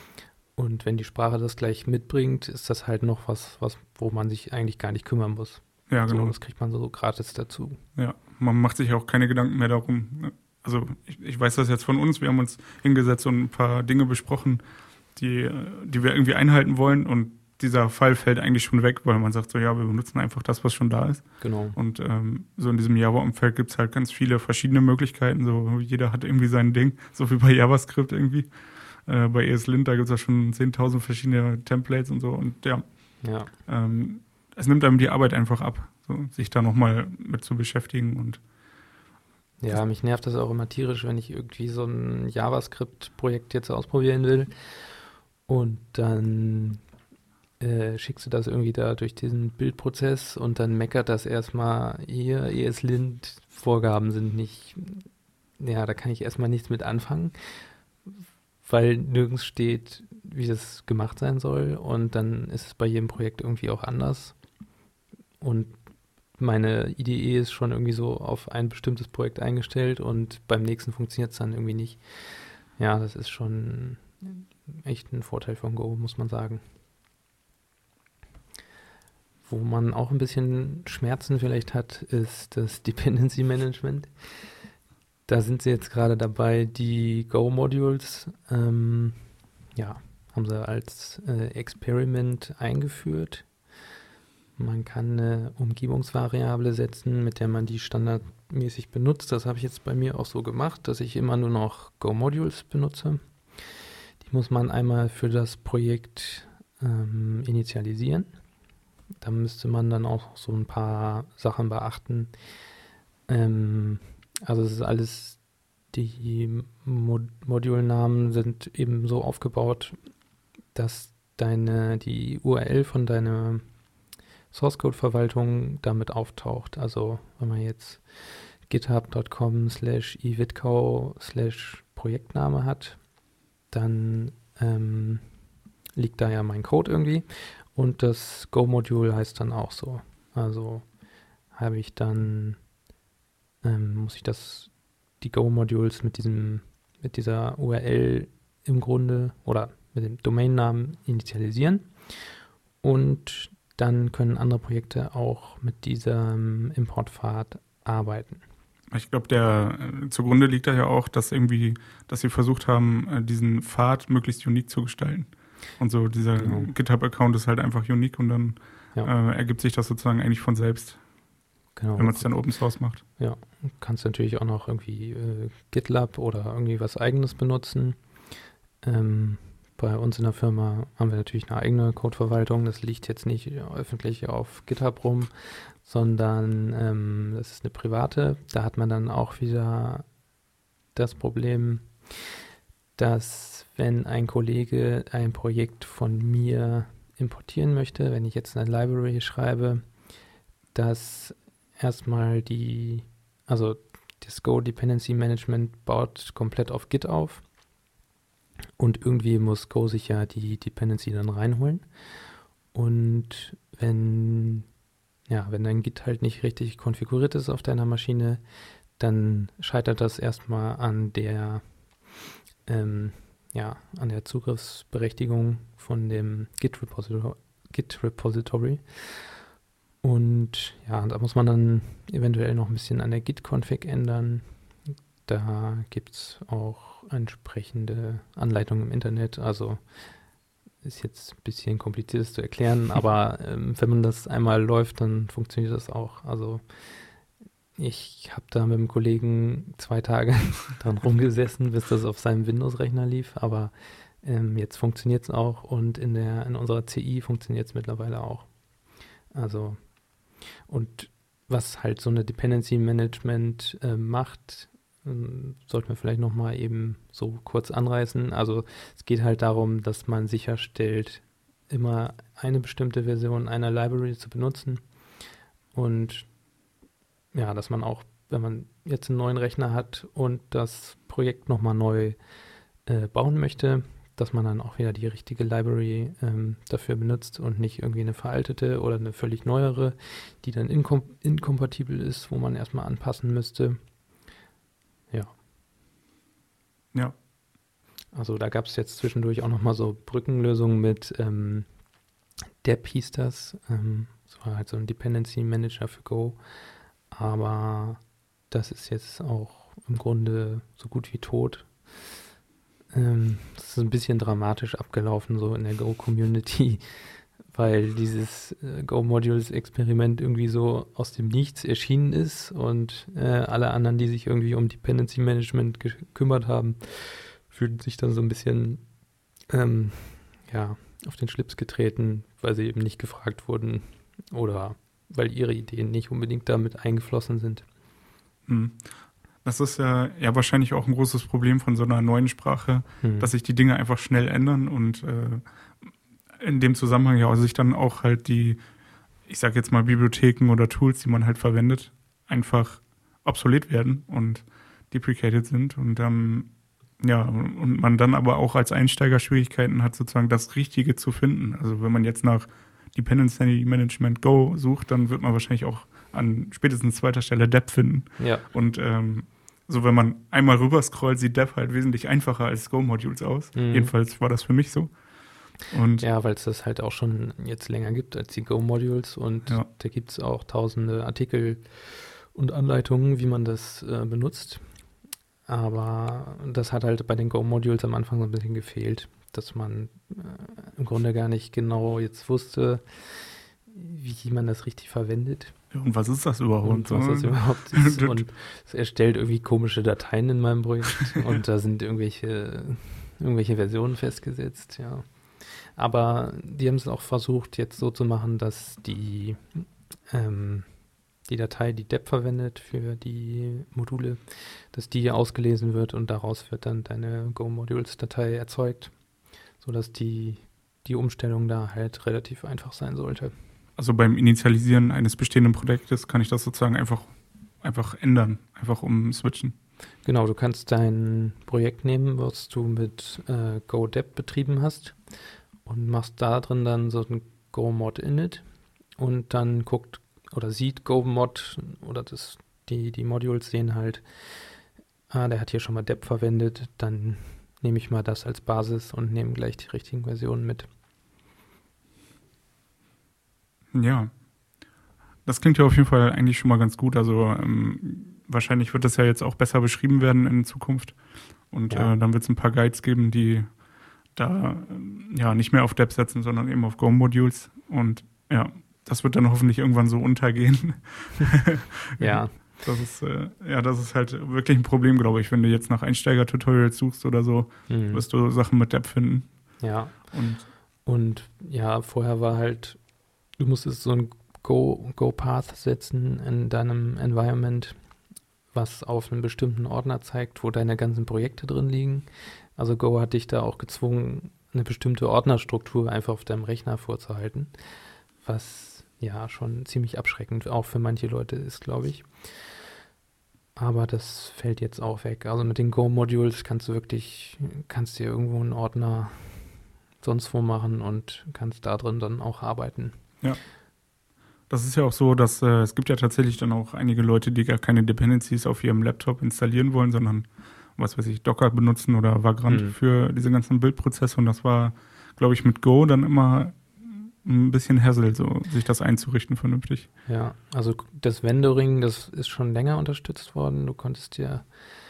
Und wenn die Sprache das gleich mitbringt, ist das halt noch was, was wo man sich eigentlich gar nicht kümmern muss. Ja, So, genau. das kriegt man so gratis dazu. Ja, man macht sich auch keine Gedanken mehr darum. Also ich, ich weiß das jetzt von uns, wir haben uns hingesetzt und ein paar Dinge besprochen, die, die wir irgendwie einhalten wollen und dieser Fall fällt eigentlich schon weg, weil man sagt so, ja, wir benutzen einfach das, was schon da ist. Genau. Und ähm, so in diesem Java-Umfeld gibt es halt ganz viele verschiedene Möglichkeiten. So jeder hat irgendwie sein Ding, so wie bei JavaScript irgendwie. Äh, bei ESLint, da gibt es ja schon zehntausend verschiedene Templates und so. Und ja, Ja. ähm, es nimmt einem die Arbeit einfach ab, so, sich da nochmal mit zu beschäftigen. Und Ja, mich nervt das auch immer tierisch, wenn ich irgendwie so ein JavaScript-Projekt jetzt ausprobieren will und dann äh, schickst du das irgendwie da durch diesen Bildprozess und dann meckert das erstmal, hier, ESLint-Vorgaben sind nicht, ja, da kann ich erstmal nichts mit anfangen, weil nirgends steht, wie das gemacht sein soll und dann ist es bei jedem Projekt irgendwie auch anders und meine I D E ist schon irgendwie so auf ein bestimmtes Projekt eingestellt und beim nächsten funktioniert es dann irgendwie nicht. Ja, das ist schon echt ein Vorteil von Go, muss man sagen. Wo man auch ein bisschen Schmerzen vielleicht hat, ist das Dependency Management. Da sind sie jetzt gerade dabei, die Go-Modules, ähm, ja, haben sie als äh, Experiment eingeführt. Man kann eine Umgebungsvariable setzen, mit der man die standardmäßig benutzt. Das habe ich jetzt bei mir auch so gemacht, dass ich immer nur noch Go-Modules benutze. Die muss man einmal für das Projekt ähm, initialisieren. Da müsste man dann auch so ein paar Sachen beachten. Ähm, also es ist alles, die Mod- Modulnamen sind eben so aufgebaut, dass deine, die U R L von deiner Source-Code-Verwaltung damit auftaucht. Also wenn man jetzt github.com slash iwitkow slash Projektname hat, dann ähm, liegt da ja mein Code irgendwie. Und das Go-Modul heißt dann auch so. Also habe ich dann, ähm, muss ich das, die Go-Modules mit diesem, mit dieser U R L im Grunde oder mit dem Domainnamen initialisieren. Und dann können andere Projekte auch mit diesem Importpfad arbeiten. Ich glaube, der äh, zugrunde liegt da ja auch, dass irgendwie, dass sie versucht haben, äh, diesen Pfad möglichst unique zu gestalten. Und so dieser genau. GitHub-Account ist halt einfach unique und dann ja. äh, ergibt sich das sozusagen eigentlich von selbst, genau. wenn man es dann Open Source macht. Ja, du kannst natürlich auch noch irgendwie äh, GitLab oder irgendwie was Eigenes benutzen. Ähm, bei uns in der Firma haben wir natürlich eine eigene Codeverwaltung. Das liegt jetzt nicht öffentlich auf GitHub rum, sondern ähm, das ist eine private. Da hat man dann auch wieder das Problem, dass wenn ein Kollege ein Projekt von mir importieren möchte, wenn ich jetzt eine Library schreibe, dass erstmal die, also das Go Dependency Management baut komplett auf Git auf und irgendwie muss Go sich ja die Dependency dann reinholen. Und wenn, ja, wenn dein Git halt nicht richtig konfiguriert ist auf deiner Maschine, dann scheitert das erstmal an der Ähm, ja, an der Zugriffsberechtigung von dem Git-Repository. Git-Repository. Und ja, da muss man dann eventuell noch ein bisschen an der Git-Config ändern. Da gibt es auch entsprechende Anleitungen im Internet. Also ist jetzt ein bisschen kompliziert das zu erklären, aber ähm, wenn man das einmal läuft, dann funktioniert das auch. Also ich habe da mit dem Kollegen zwei Tage dran rumgesessen, bis das auf seinem Windows-Rechner lief, aber ähm, jetzt funktioniert es auch und in der in unserer C I funktioniert es mittlerweile auch. Also und was halt so eine Dependency Management äh, macht, ähm, sollten wir vielleicht nochmal eben so kurz anreißen. Also es geht halt darum, dass man sicherstellt, immer eine bestimmte Version einer Library zu benutzen und ja, dass man auch, wenn man jetzt einen neuen Rechner hat und das Projekt nochmal neu äh, bauen möchte, dass man dann auch wieder die richtige Library ähm, dafür benutzt und nicht irgendwie eine veraltete oder eine völlig neuere, die dann inkom- inkompatibel ist, wo man erstmal anpassen müsste. Ja. Ja. Also da gab es jetzt zwischendurch auch nochmal so Brückenlösungen mit ähm, Dep hieß das. Ähm, das war halt so ein Dependency Manager für Go. Aber das ist jetzt auch im Grunde so gut wie tot. Ähm, das ist ein bisschen dramatisch abgelaufen so in der Go-Community, weil dieses äh, Go-Modules-Experiment irgendwie so aus dem Nichts erschienen ist und äh, alle anderen, die sich irgendwie um Dependency Management gekümmert haben, fühlten sich dann so ein bisschen ähm, ja, auf den Schlips getreten, weil sie eben nicht gefragt wurden oder weil ihre Ideen nicht unbedingt damit eingeflossen sind. Das ist ja, ja wahrscheinlich auch ein großes Problem von so einer neuen Sprache, hm. dass sich die Dinge einfach schnell ändern und äh, in dem Zusammenhang ja sich dann auch halt die, ich sag jetzt mal Bibliotheken oder Tools, die man halt verwendet, einfach obsolet werden und deprecated sind und ähm, ja, und man dann aber auch als Einsteiger Schwierigkeiten hat, sozusagen das Richtige zu finden. Also wenn man jetzt nach Dependency Management Go sucht, dann wird man wahrscheinlich auch an spätestens zweiter Stelle Deb finden. Ja. Und ähm, so, wenn man einmal rüber scrollt, sieht Deb halt wesentlich einfacher als Go-Modules aus. Mhm. Jedenfalls war das für mich so. Und Ja, weil es das halt auch schon jetzt länger gibt als die Go-Modules und Ja. da gibt es auch tausende Artikel und Anleitungen, wie man das äh, benutzt. Aber das hat halt bei den Go-Modules am Anfang so ein bisschen gefehlt, dass man äh, im Grunde gar nicht genau jetzt wusste, wie man das richtig verwendet und was ist das überhaupt? und was das überhaupt ist. Und es erstellt irgendwie komische Dateien in meinem Projekt und da sind irgendwelche, irgendwelche Versionen festgesetzt, ja. Aber die haben es auch versucht, jetzt so zu machen, dass die, ähm, die Datei, die Deb verwendet für die Module, dass die ausgelesen wird und daraus wird dann deine Go-Modules-Datei erzeugt, sodass die, die Umstellung da halt relativ einfach sein sollte. Also beim Initialisieren eines bestehenden Projektes kann ich das sozusagen einfach, einfach ändern, einfach umswitchen. Genau, du kannst dein Projekt nehmen, was du mit äh, Go-Deb betrieben hast und machst da drin dann so ein Go-Mod-Init und dann guckt oder sieht Go-Mod oder das, die, die Modules sehen halt, ah, der hat hier schon mal Deb verwendet, dann nehme ich mal das als Basis und nehme gleich die richtigen Versionen mit. Ja, das klingt ja auf jeden Fall eigentlich schon mal ganz gut. Also ähm, wahrscheinlich wird das ja jetzt auch besser beschrieben werden in Zukunft. Und Ja. äh, dann wird es ein paar Guides geben, die da ähm, ja nicht mehr auf Deb setzen, sondern eben auf Go-Modules. Und ja, das wird dann hoffentlich irgendwann so untergehen. Ja, Das ist, äh, ja, das ist halt wirklich ein Problem, glaube ich. Wenn du jetzt nach Einsteiger-Tutorials suchst oder so, mhm. wirst du Sachen mit Deb finden. ja. Und Und ja, vorher war halt, du musstest so ein Go, Go-Path setzen in deinem Environment, was auf einen bestimmten Ordner zeigt, wo deine ganzen Projekte drin liegen. Also Go hat dich da auch gezwungen, eine bestimmte Ordnerstruktur einfach auf deinem Rechner vorzuhalten, was ja schon ziemlich abschreckend auch für manche Leute ist, glaube ich. Aber das fällt jetzt auch weg. Also mit den Go-Modules kannst du wirklich, kannst dir irgendwo einen Ordner sonst wo machen und kannst da drin dann auch arbeiten. Ja. Das ist ja auch so, dass äh, es gibt ja tatsächlich dann auch einige Leute, die gar keine Dependencies auf ihrem Laptop installieren wollen, sondern, was weiß ich, Docker benutzen oder Vagrant Mhm. für diese ganzen Bildprozesse. Und das war, glaube ich, mit Go dann immer ein bisschen Hassel, so sich das einzurichten vernünftig. Ja, also das Vendoring, das ist schon länger unterstützt worden. Du konntest ja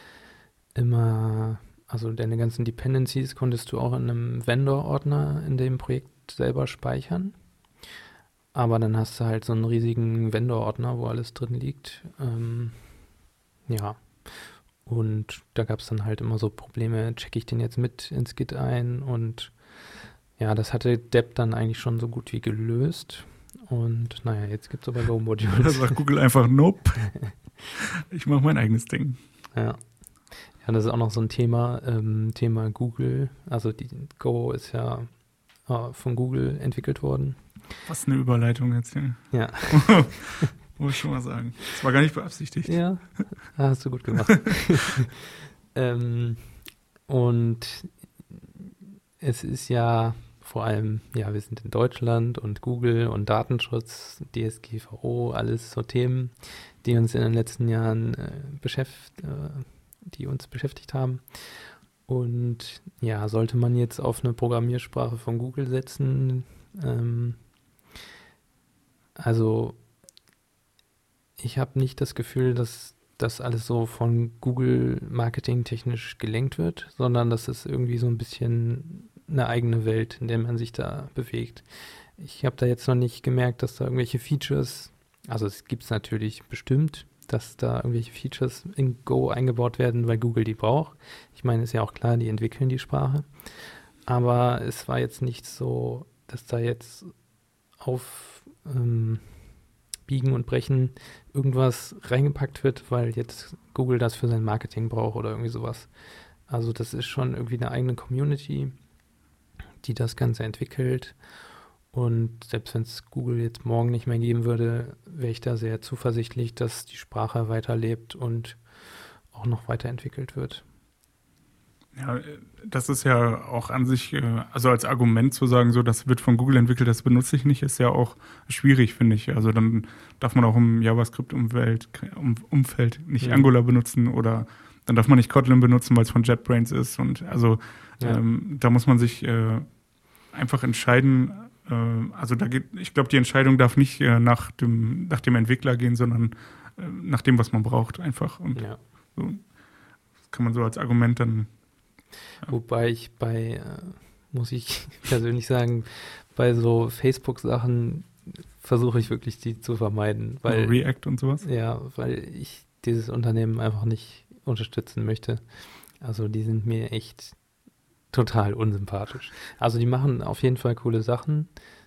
immer, also deine ganzen Dependencies konntest du auch in einem Vendor-Ordner in dem Projekt selber speichern. Aber dann hast du halt so einen riesigen Vendor-Ordner, wo alles drin liegt. Ähm, ja, und da gab es dann halt immer so Probleme, checke ich den jetzt mit ins Git ein? Und ja, das hatte Deb dann eigentlich schon so gut wie gelöst. Und naja, jetzt gibt es aber Da Go-Modules. sagt Google einfach, nope, ich mache mein eigenes Ding. Ja. Ja, das ist auch noch so ein Thema, ähm, Thema Google. Also die Go ist ja äh, von Google entwickelt worden. Was eine Überleitung jetzt hier. Ja. Muss ich schon mal sagen. Das war gar nicht beabsichtigt. Ja, hast du gut gemacht. ähm, und es ist ja vor allem, ja, wir sind in Deutschland und Google und Datenschutz, D S G V O, alles so Themen, die uns in den letzten Jahren äh, beschäft, äh, die uns beschäftigt haben. Und ja, sollte man jetzt auf eine Programmiersprache von Google setzen, ähm, also ich habe nicht das Gefühl, dass das alles so von Google marketingtechnisch gelenkt wird, sondern dass es irgendwie so ein bisschen eine eigene Welt, in der man sich da bewegt. Ich habe da jetzt noch nicht gemerkt, dass da irgendwelche Features, also es gibt es natürlich bestimmt, dass da irgendwelche Features in Go eingebaut werden, weil Google die braucht. Ich meine, ist ja auch klar, die entwickeln die Sprache. Aber es war jetzt nicht so, dass da jetzt auf ähm, Biegen und Brechen irgendwas reingepackt wird, weil jetzt Google das für sein Marketing braucht oder irgendwie sowas. Also das ist schon irgendwie eine eigene Community, die das Ganze entwickelt. Und selbst wenn es Google jetzt morgen nicht mehr geben würde, wäre ich da sehr zuversichtlich, dass die Sprache weiterlebt und auch noch weiterentwickelt wird. Ja, das ist ja auch an sich, also als Argument zu sagen, so, das wird von Google entwickelt, das benutze ich nicht, ist ja auch schwierig, finde ich. Also dann darf man auch im JavaScript-Umfeld um, Umfeld nicht Mhm. Angular benutzen oder dann darf man nicht Kotlin benutzen, weil es von JetBrains ist. Und also Ja. ähm, da muss man sich äh, einfach entscheiden. Äh, also da geht, ich glaube, die Entscheidung darf nicht äh, nach dem, nach dem Entwickler gehen, sondern äh, nach dem, was man braucht, einfach. Und Ja. so, das kann man so als Argument dann. Wobei ich bei, äh, muss ich persönlich sagen, bei so Facebook-Sachen versuche ich wirklich die zu vermeiden, weil React und sowas. ja, weil ich dieses Unternehmen einfach nicht unterstützen möchte. Also die sind mir echt total unsympathisch. Also die machen auf jeden Fall coole Sachen.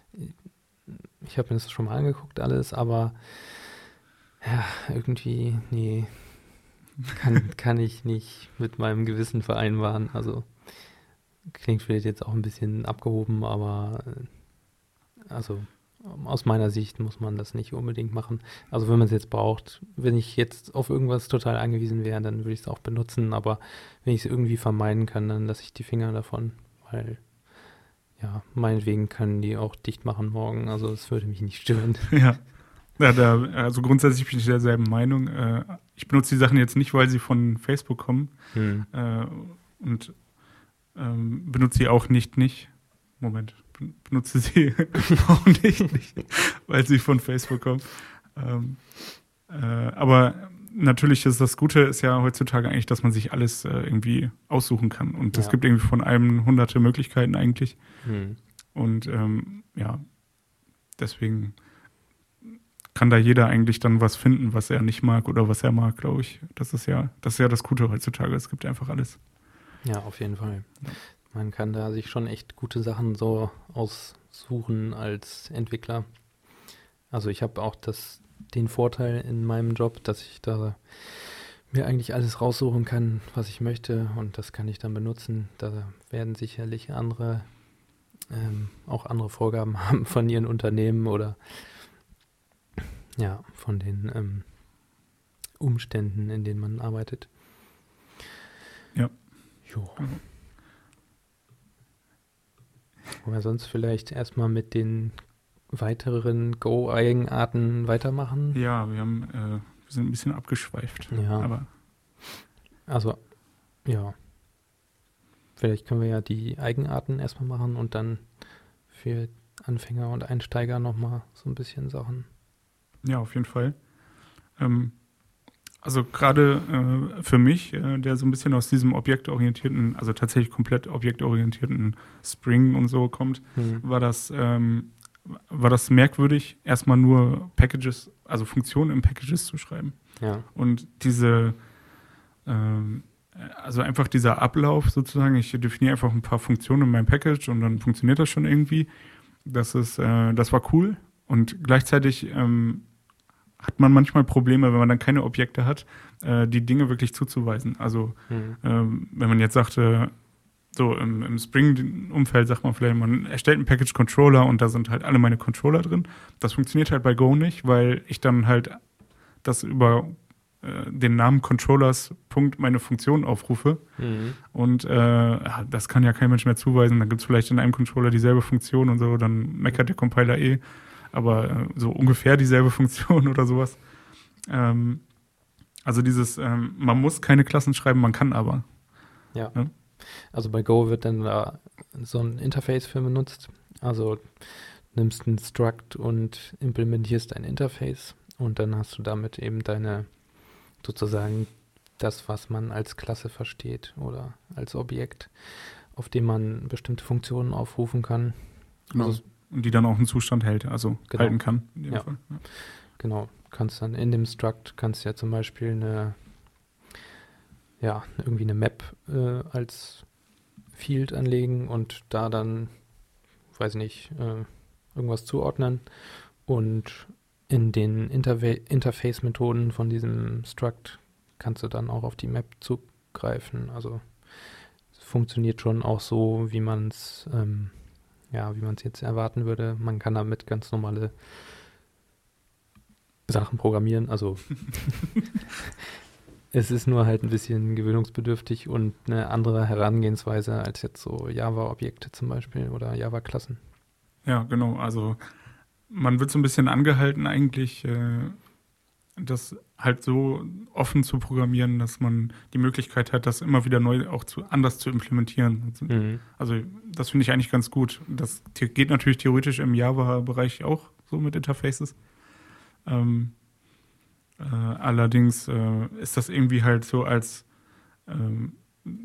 Ich habe mir das schon mal angeguckt alles, aber ja, irgendwie, nee, kann, kann ich nicht mit meinem Gewissen vereinbaren. Also klingt vielleicht jetzt auch ein bisschen abgehoben, aber äh, also aus meiner Sicht muss man das nicht unbedingt machen. Also wenn man es jetzt braucht, wenn ich jetzt auf irgendwas total angewiesen wäre, dann würde ich es auch benutzen, aber wenn ich es irgendwie vermeiden kann, dann lasse ich die Finger davon, weil ja, meinetwegen können die auch dicht machen morgen, also es würde mich nicht stören. Ja. Ja, da, also grundsätzlich bin ich derselben Meinung. Äh, ich benutze die Sachen jetzt nicht, weil sie von Facebook kommen Hm. äh, und ähm, benutze sie auch nicht, nicht. Moment, ben- benutze sie auch nicht, nicht, weil sie von Facebook kommen. Ähm, äh, aber natürlich ist das Gute ist ja heutzutage eigentlich, dass man sich alles äh, irgendwie aussuchen kann. Und es Ja. gibt irgendwie von einem hunderte Möglichkeiten eigentlich. Hm. Und ähm, ja, deswegen kann da jeder eigentlich dann was finden, was er nicht mag oder was er mag, glaube ich. Das ist ja, das ist ja das Gute heutzutage. Es gibt einfach alles. Ja, auf jeden Fall. Ja. Man kann da sich schon echt gute Sachen so aussuchen als Entwickler. Also ich habe auch das, den Vorteil in meinem Job, dass ich da mir eigentlich alles raussuchen kann, was ich möchte und das kann ich dann benutzen. Da werden sicherlich andere ähm, auch andere Vorgaben haben von ihren Unternehmen oder ja, von den ähm, Umständen, in denen man arbeitet. Ja. Jo. Genau. Wollen wir sonst vielleicht erstmal mit den weiteren Go-Eigenarten weitermachen? Ja, wir haben, äh, wir sind ein bisschen abgeschweift. Ja. Aber Also, ja. Vielleicht können wir ja die Eigenarten erstmal machen und dann für Anfänger und Einsteiger nochmal so ein bisschen Sachen. ja, auf jeden Fall. Ähm, also gerade äh, für mich, äh, der so ein bisschen aus diesem objektorientierten, also tatsächlich komplett objektorientierten Spring und so kommt, Hm. war das, ähm, war das merkwürdig, erstmal nur Packages, also Funktionen in Packages zu schreiben. Ja. Und diese, ähm, also einfach dieser Ablauf sozusagen, ich definiere einfach ein paar Funktionen in meinem Package und dann funktioniert das schon irgendwie. Das ist, äh, das war cool. Und gleichzeitig ähm, hat man manchmal Probleme, wenn man dann keine Objekte hat, äh, die Dinge wirklich zuzuweisen. Also Hm. ähm, wenn man jetzt sagte, so im, im Spring-Umfeld sagt man vielleicht, man erstellt einen Package-Controller und da sind halt alle meine Controller drin. Das funktioniert halt bei Go nicht, weil ich dann halt das über äh, den Namen Controllers Punkt meine Funktion aufrufe. Mhm. Und äh, ja, das kann ja kein Mensch mehr zuweisen. Dann gibt es vielleicht in einem Controller dieselbe Funktion und so, dann meckert der Compiler eh. Aber äh, so ungefähr dieselbe Funktion oder sowas. Ähm, also dieses, ähm, man muss keine Klassen schreiben, man kann aber. Ja. Ja. Also bei Go wird dann da so ein Interface für benutzt. Also nimmst ein Struct und implementierst ein Interface und dann hast du damit eben deine, sozusagen das, was man als Klasse versteht oder als Objekt, auf dem man bestimmte Funktionen aufrufen kann. Genau. Also, Und die dann auch einen Zustand hält, also Genau. halten kann. In dem Ja. Fall. Ja. genau, kannst dann in dem Struct, kannst ja zum Beispiel eine, ja, irgendwie eine Map äh, als Field anlegen und da dann, weiß nicht, äh, irgendwas zuordnen und in den Interfa- Interface-Methoden von diesem Struct kannst du dann auch auf die Map zugreifen. Also es funktioniert schon auch so, wie man es ähm, ja, wie man es jetzt erwarten würde. Man kann damit ganz normale Sachen programmieren. Also Es ist nur halt ein bisschen gewöhnungsbedürftig und eine andere Herangehensweise als jetzt so Java-Objekte zum Beispiel oder Java-Klassen. Ja, genau. Also man wird so ein bisschen angehalten eigentlich, äh, das halt so offen zu programmieren, dass man die Möglichkeit hat, das immer wieder neu auch zu, anders zu implementieren. Mhm. Also das finde ich eigentlich ganz gut. Das geht natürlich theoretisch im Java-Bereich auch so mit Interfaces. Ähm, äh, allerdings äh, ist das irgendwie halt so als ähm,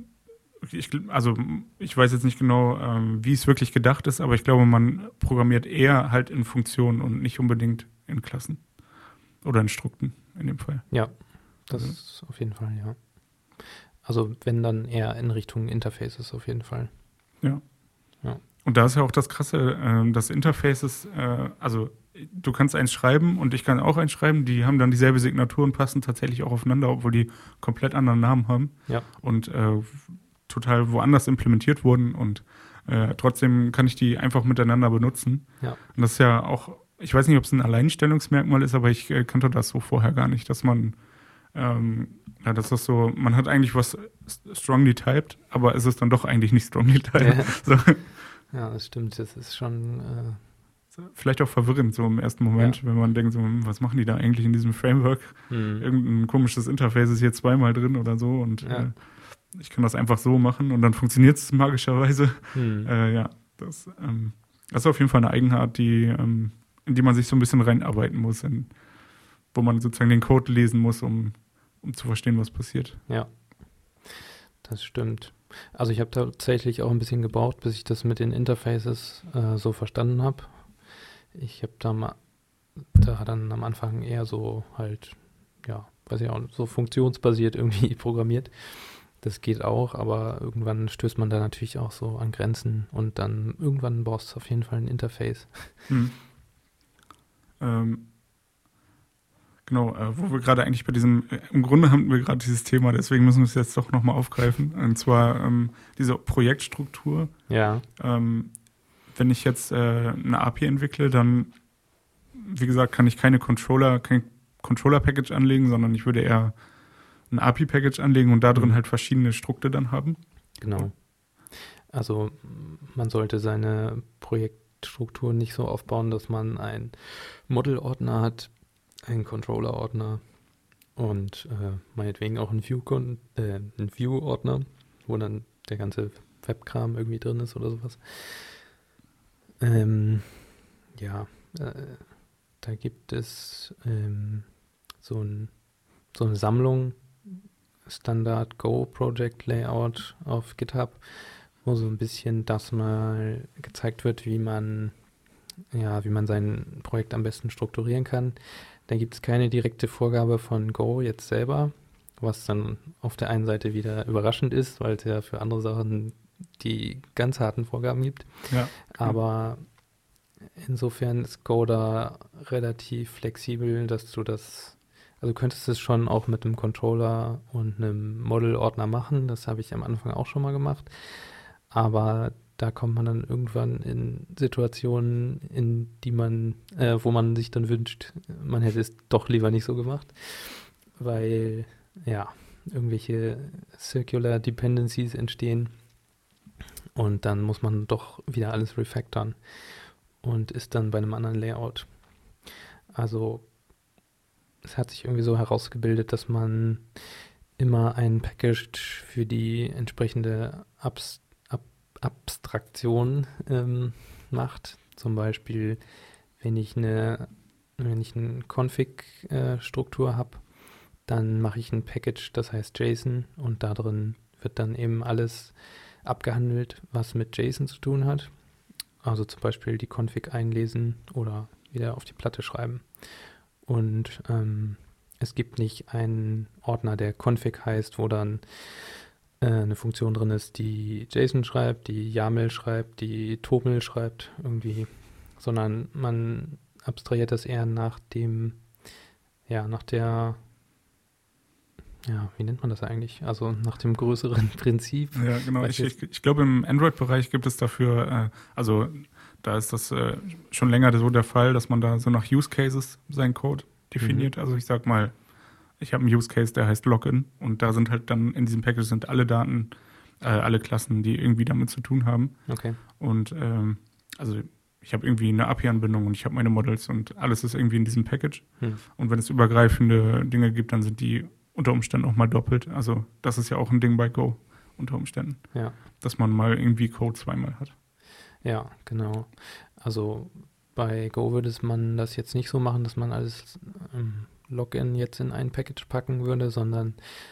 ich, also ich weiß jetzt nicht genau, ähm, wie es wirklich gedacht ist, aber ich glaube, man programmiert eher halt in Funktionen und nicht unbedingt in Klassen. Oder in Strukten in dem Fall. Ja, das Mhm. ist auf jeden Fall, ja. Also wenn dann eher in Richtung Interfaces auf jeden Fall. Ja. Ja. Und da ist ja auch das Krasse, ähm, das Interfaces, äh, also du kannst eins schreiben und ich kann auch eins schreiben, die haben dann dieselbe Signatur und passen tatsächlich auch aufeinander, obwohl die komplett anderen Namen haben Ja. und äh, total woanders implementiert wurden und äh, trotzdem kann ich die einfach miteinander benutzen. Ja. Und das ist ja auch, ich weiß nicht, ob es ein Alleinstellungsmerkmal ist, aber ich äh, kannte das so vorher gar nicht, dass man ähm, ja, das ist so, man hat eigentlich was strongly typed, aber es ist dann doch eigentlich nicht strongly typed. Ja. So. Ja, das stimmt. Das ist schon äh, Vielleicht auch verwirrend so im ersten Moment, Ja. wenn man denkt, so, hm, was machen die da eigentlich in diesem Framework? hm. Irgendein komisches Interface ist hier zweimal drin oder so und Ja. äh, ich kann das einfach so machen und dann funktioniert es magischerweise. Hm. Äh, ja, das, ähm, das ist auf jeden Fall eine Eigenart, die, ähm, in die man sich so ein bisschen reinarbeiten muss, in, wo man sozusagen den Code lesen muss, um, um zu verstehen, was passiert. Ja, das stimmt. Also ich habe tatsächlich auch ein bisschen gebraucht, bis ich das mit den Interfaces äh, so verstanden habe. Ich habe da mal, da dann am Anfang eher so halt, ja, weiß ich auch, so funktionsbasiert irgendwie programmiert. Das geht auch, aber irgendwann stößt man da natürlich auch so an Grenzen und dann irgendwann brauchst du auf jeden Fall ein Interface. Hm. Ähm, genau, äh, wo wir gerade eigentlich bei diesem, äh, im Grunde haben wir gerade dieses Thema, deswegen müssen wir es jetzt doch nochmal aufgreifen, und zwar ähm, diese Projektstruktur. Ja, Ähm, wenn ich jetzt äh, eine A P I entwickle, dann, wie gesagt, kann ich keine Controller, kein Controller-Package anlegen, sondern ich würde eher ein A P I-Package anlegen und da drin Mhm. halt verschiedene Strukte dann haben. genau. Also man sollte seine Projektstruktur nicht so aufbauen, dass man einen Model-Ordner hat, einen Controller-Ordner und äh, meinetwegen auch einen View-Kon- äh, einen View-Ordner, wo dann der ganze Webkram irgendwie drin ist oder sowas. Ähm, ja, äh, da gibt es ähm, so, ein, so eine Sammlung, Standard Go Project Layout auf GitHub, wo so ein bisschen das mal gezeigt wird, wie man, ja, wie man sein Projekt am besten strukturieren kann. Da gibt es keine direkte Vorgabe von Go jetzt selber, was dann auf der einen Seite wieder überraschend ist, weil es ja für andere Sachen die ganz harten Vorgaben gibt. Ja, Aber insofern ist Go da relativ flexibel, dass du das, also du könntest es schon auch mit einem Controller und einem Model-Ordner machen. Das habe ich am Anfang auch schon mal gemacht. Aber da kommt man dann irgendwann in Situationen, in die man, äh, wo man sich dann wünscht, man hätte es doch lieber nicht so gemacht, weil ja irgendwelche Circular Dependencies entstehen und dann muss man doch wieder alles refactoren und ist dann bei einem anderen Layout. Also es hat sich irgendwie so herausgebildet, dass man immer ein Package für die entsprechende Abs Ab Abstraktion ähm, macht. Zum Beispiel, wenn ich eine, wenn ich eine Config-Struktur äh, habe, dann mache ich ein Package, das heißt JSON und da drin wird dann eben alles abgehandelt, was mit JSON zu tun hat. Also zum Beispiel die Config einlesen oder wieder auf die Platte schreiben. Und ähm, es gibt nicht einen Ordner, der Config heißt, wo dann äh, eine Funktion drin ist, die JSON schreibt, die YAML schreibt, die Toml schreibt irgendwie, sondern man abstrahiert das eher nach dem, ja, nach der, ja, wie nennt man das eigentlich? Also nach dem größeren Prinzip. Ja, genau. Was Ich, jetzt- ich, ich glaube, im Android-Bereich gibt es dafür, äh, also da ist das äh, schon länger so der Fall, dass man da so nach Use Cases seinen Code definiert. Also ich sag mal, ich habe einen Use Case, der heißt Login und da sind halt dann in diesem Package sind alle Daten, äh, alle Klassen, die irgendwie damit zu tun haben. Okay. Und ähm, also ich habe irgendwie eine A P I-Anbindung und ich habe meine Models und alles ist irgendwie in diesem Package. Hm. Und wenn es übergreifende Dinge gibt, dann sind die unter Umständen auch mal doppelt. Also das ist ja auch ein Ding bei Go unter Umständen, Ja. dass man mal irgendwie Code zweimal hat. Ja, genau. Also bei Go würde man das jetzt nicht so machen, dass man alles ähm, Login jetzt in ein Package packen würde, sondern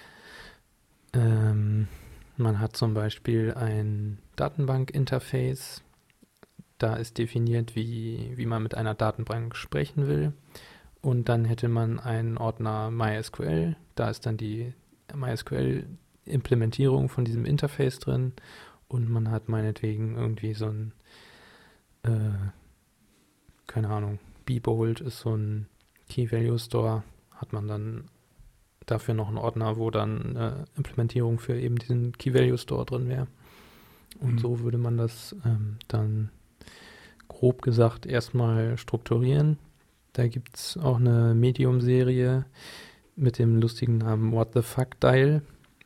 ähm, man hat zum Beispiel ein Datenbank-Interface. Da ist definiert, wie, wie man mit einer Datenbank sprechen will. Und dann hätte man einen Ordner MySQL. Da ist dann die MySQL-Implementierung von diesem Interface drin. Und man hat meinetwegen irgendwie so ein, äh, keine Ahnung, Bbold ist so ein Key-Value-Store. Hat man dann dafür noch einen Ordner, wo dann eine Implementierung für eben diesen Key-Value-Store drin wäre. Und Mhm. so würde man das ähm, dann grob gesagt erstmal strukturieren. Da gibt es auch eine Medium-Serie mit dem lustigen Namen What the Fuck Dial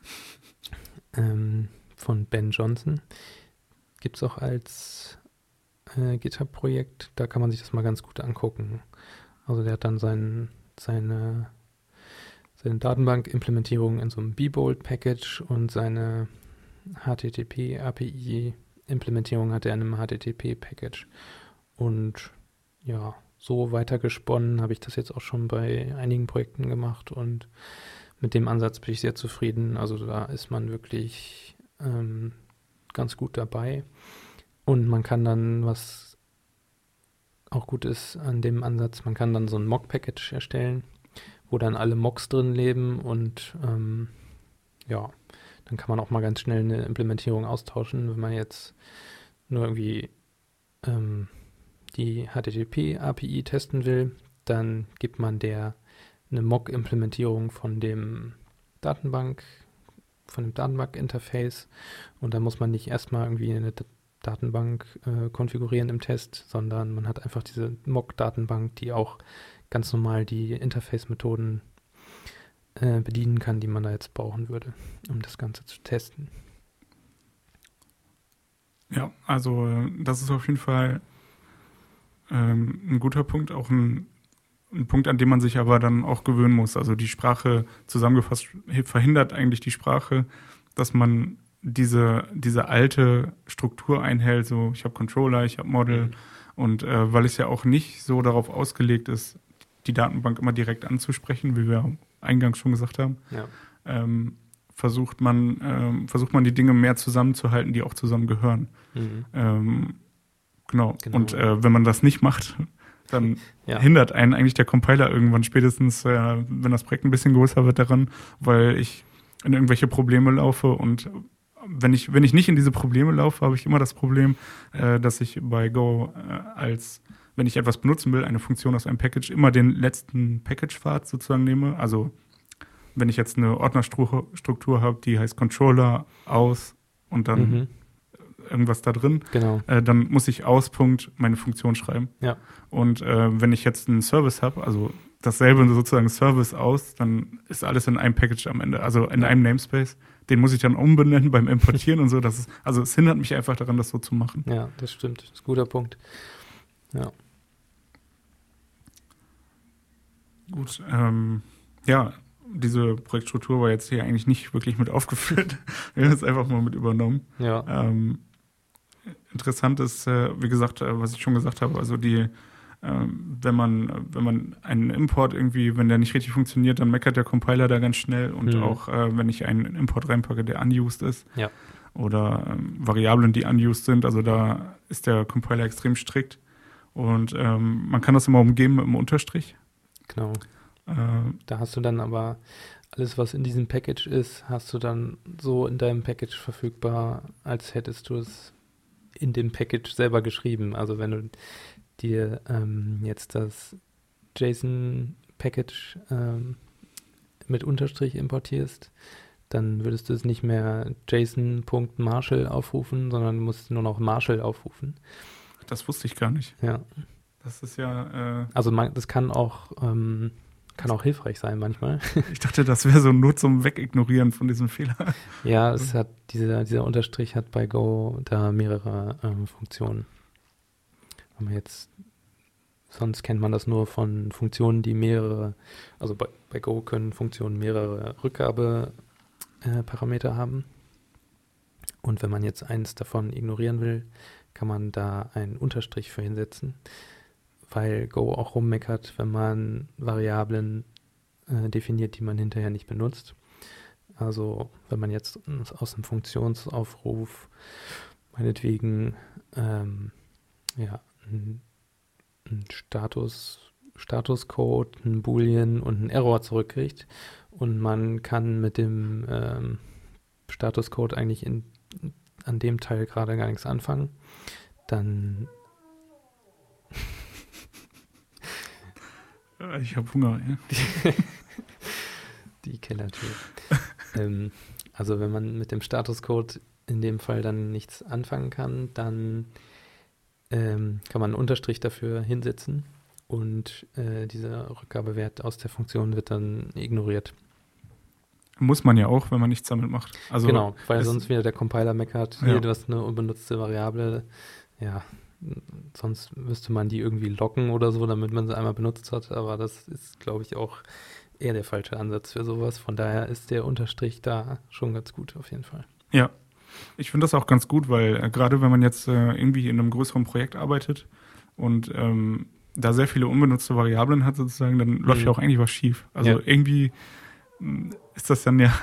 ähm, von Ben Johnson. Gibt es auch als äh, GitHub-Projekt. Da kann man sich das mal ganz gut angucken. Also der hat dann sein, seine, seine Datenbank-Implementierung in so einem Bbold-Package und seine H T T P-A P I-Implementierung hat er in einem H T T P-Package. Und ja, so weitergesponnen habe ich das jetzt auch schon bei einigen Projekten gemacht und mit dem Ansatz bin ich sehr zufrieden. Also da ist man wirklich ähm, ganz gut dabei. Und man kann dann, was auch gut ist an dem Ansatz, man kann dann so ein Mock-Package erstellen, wo dann alle Mocks drin leben und ähm, ja, dann kann man auch mal ganz schnell eine Implementierung austauschen, wenn man jetzt nur irgendwie ähm, die H T T P-A P I testen will, dann gibt man der eine Mock-Implementierung von dem Datenbank, von dem Datenbank-Interface und dann muss man nicht erstmal irgendwie eine D- Datenbank äh, konfigurieren im Test, sondern man hat einfach diese Mock-Datenbank, die auch ganz normal die Interface-Methoden äh, bedienen kann, die man da jetzt brauchen würde, um das Ganze zu testen. Ja, also äh, das ist auf jeden Fall ähm, ein guter Punkt, auch ein, ein Punkt, an dem man sich aber dann auch gewöhnen muss. Also die Sprache zusammengefasst verhindert eigentlich die Sprache, dass man diese, diese alte Struktur einhält, so ich habe Controller, ich habe Model Mhm. und äh, weil es ja auch nicht so darauf ausgelegt ist, die Datenbank immer direkt anzusprechen, wie wir eingangs schon gesagt haben, Ja. ähm, versucht man, ähm, versucht man die Dinge mehr zusammenzuhalten, die auch zusammengehören. Mhm. Ähm, genau. Genau. Und äh, wenn man das nicht macht, dann Ja. hindert einen eigentlich der Compiler irgendwann spätestens, äh, wenn das Projekt ein bisschen größer wird daran, weil ich in irgendwelche Probleme laufe und wenn ich, wenn ich nicht in diese Probleme laufe, habe ich immer das Problem, äh, dass ich bei Go äh, als, wenn ich etwas benutzen will, eine Funktion aus einem Package, immer den letzten Package-Pfad sozusagen nehme. Also wenn ich jetzt eine Ordnerstruktur habe, die heißt Controller aus und dann Mhm. irgendwas da drin, Genau. äh, dann muss ich aus Punkt meine Funktion schreiben. Ja. Und äh, wenn ich jetzt einen Service habe, also dasselbe sozusagen Service aus, dann ist alles in einem Package am Ende, also in Ja. einem Namespace. Den muss ich dann umbenennen beim Importieren und so. Das ist, also es hindert mich einfach daran, das so zu machen. Ja, das stimmt. Das ist ein guter Punkt. Ja. Gut, ähm, ja, diese Projektstruktur war jetzt hier eigentlich nicht wirklich mit aufgeführt. Wir haben es einfach mal mit übernommen. Ja. Ähm, interessant ist, äh, wie gesagt, äh, was ich schon gesagt habe, also die, ähm, wenn man, wenn man einen Import irgendwie, wenn der nicht richtig funktioniert, dann meckert der Compiler da ganz schnell und Mhm. auch äh, wenn ich einen Import reinpacke, der unused ist Ja. oder ähm, Variablen, die unused sind, also da ist der Compiler extrem strikt und ähm, man kann das immer umgeben mit einem Unterstrich. Genau. Äh, Da hast du dann aber alles, was in diesem Package ist, hast du dann so in deinem Package verfügbar, als hättest du es in dem Package selber geschrieben. Also wenn du dir ähm, jetzt das JSON-Package ähm, mit Unterstrich importierst, dann würdest du es nicht mehr JSON.Marshall aufrufen, sondern du musst nur noch Marshall aufrufen. das wusste ich gar nicht. Ja. Das ist ja, äh, Also man, das kann auch ähm, Kann auch hilfreich sein manchmal. Ich dachte, das wäre so nur zum Wegignorieren von diesem Fehler. Ja, es hat dieser, dieser Unterstrich hat bei Go da mehrere ähm, Funktionen. Wenn man jetzt, sonst kennt man das nur von Funktionen, die mehrere, also bei, bei Go können Funktionen mehrere Rückgabeparameter äh, haben. Und wenn man jetzt eins davon ignorieren will, kann man da einen Unterstrich für hinsetzen, weil Go auch rummeckert, wenn man Variablen äh, definiert, die man hinterher nicht benutzt. Also wenn man jetzt aus einem Funktionsaufruf meinetwegen ähm, ja, ein, ein Status, Statuscode, ein Boolean und einen Error zurückkriegt und man kann mit dem ähm, Statuscode eigentlich in, an dem Teil gerade gar nichts anfangen, dann ich habe Hunger, ja. Die Kellertür. ähm, also wenn man mit dem Statuscode in dem Fall dann nichts anfangen kann, dann ähm, kann man einen Unterstrich dafür hinsetzen und äh, dieser Rückgabewert aus der Funktion wird dann ignoriert. Muss man ja auch, wenn man nichts damit macht. Also genau, weil sonst wieder der Compiler meckert, Ja. hier, du hast eine unbenutzte Variable, ja, sonst müsste man die irgendwie locken oder so, damit man sie einmal benutzt hat, aber das ist, glaube ich, auch eher der falsche Ansatz für sowas. Von daher ist der Unterstrich da schon ganz gut auf jeden Fall. Ja, ich finde das auch ganz gut, weil äh, gerade wenn man jetzt äh, irgendwie in einem größeren Projekt arbeitet und ähm, da sehr viele unbenutzte Variablen hat sozusagen, dann mhm. läuft ja auch eigentlich was schief. Also Ja. irgendwie mh, ist das dann ja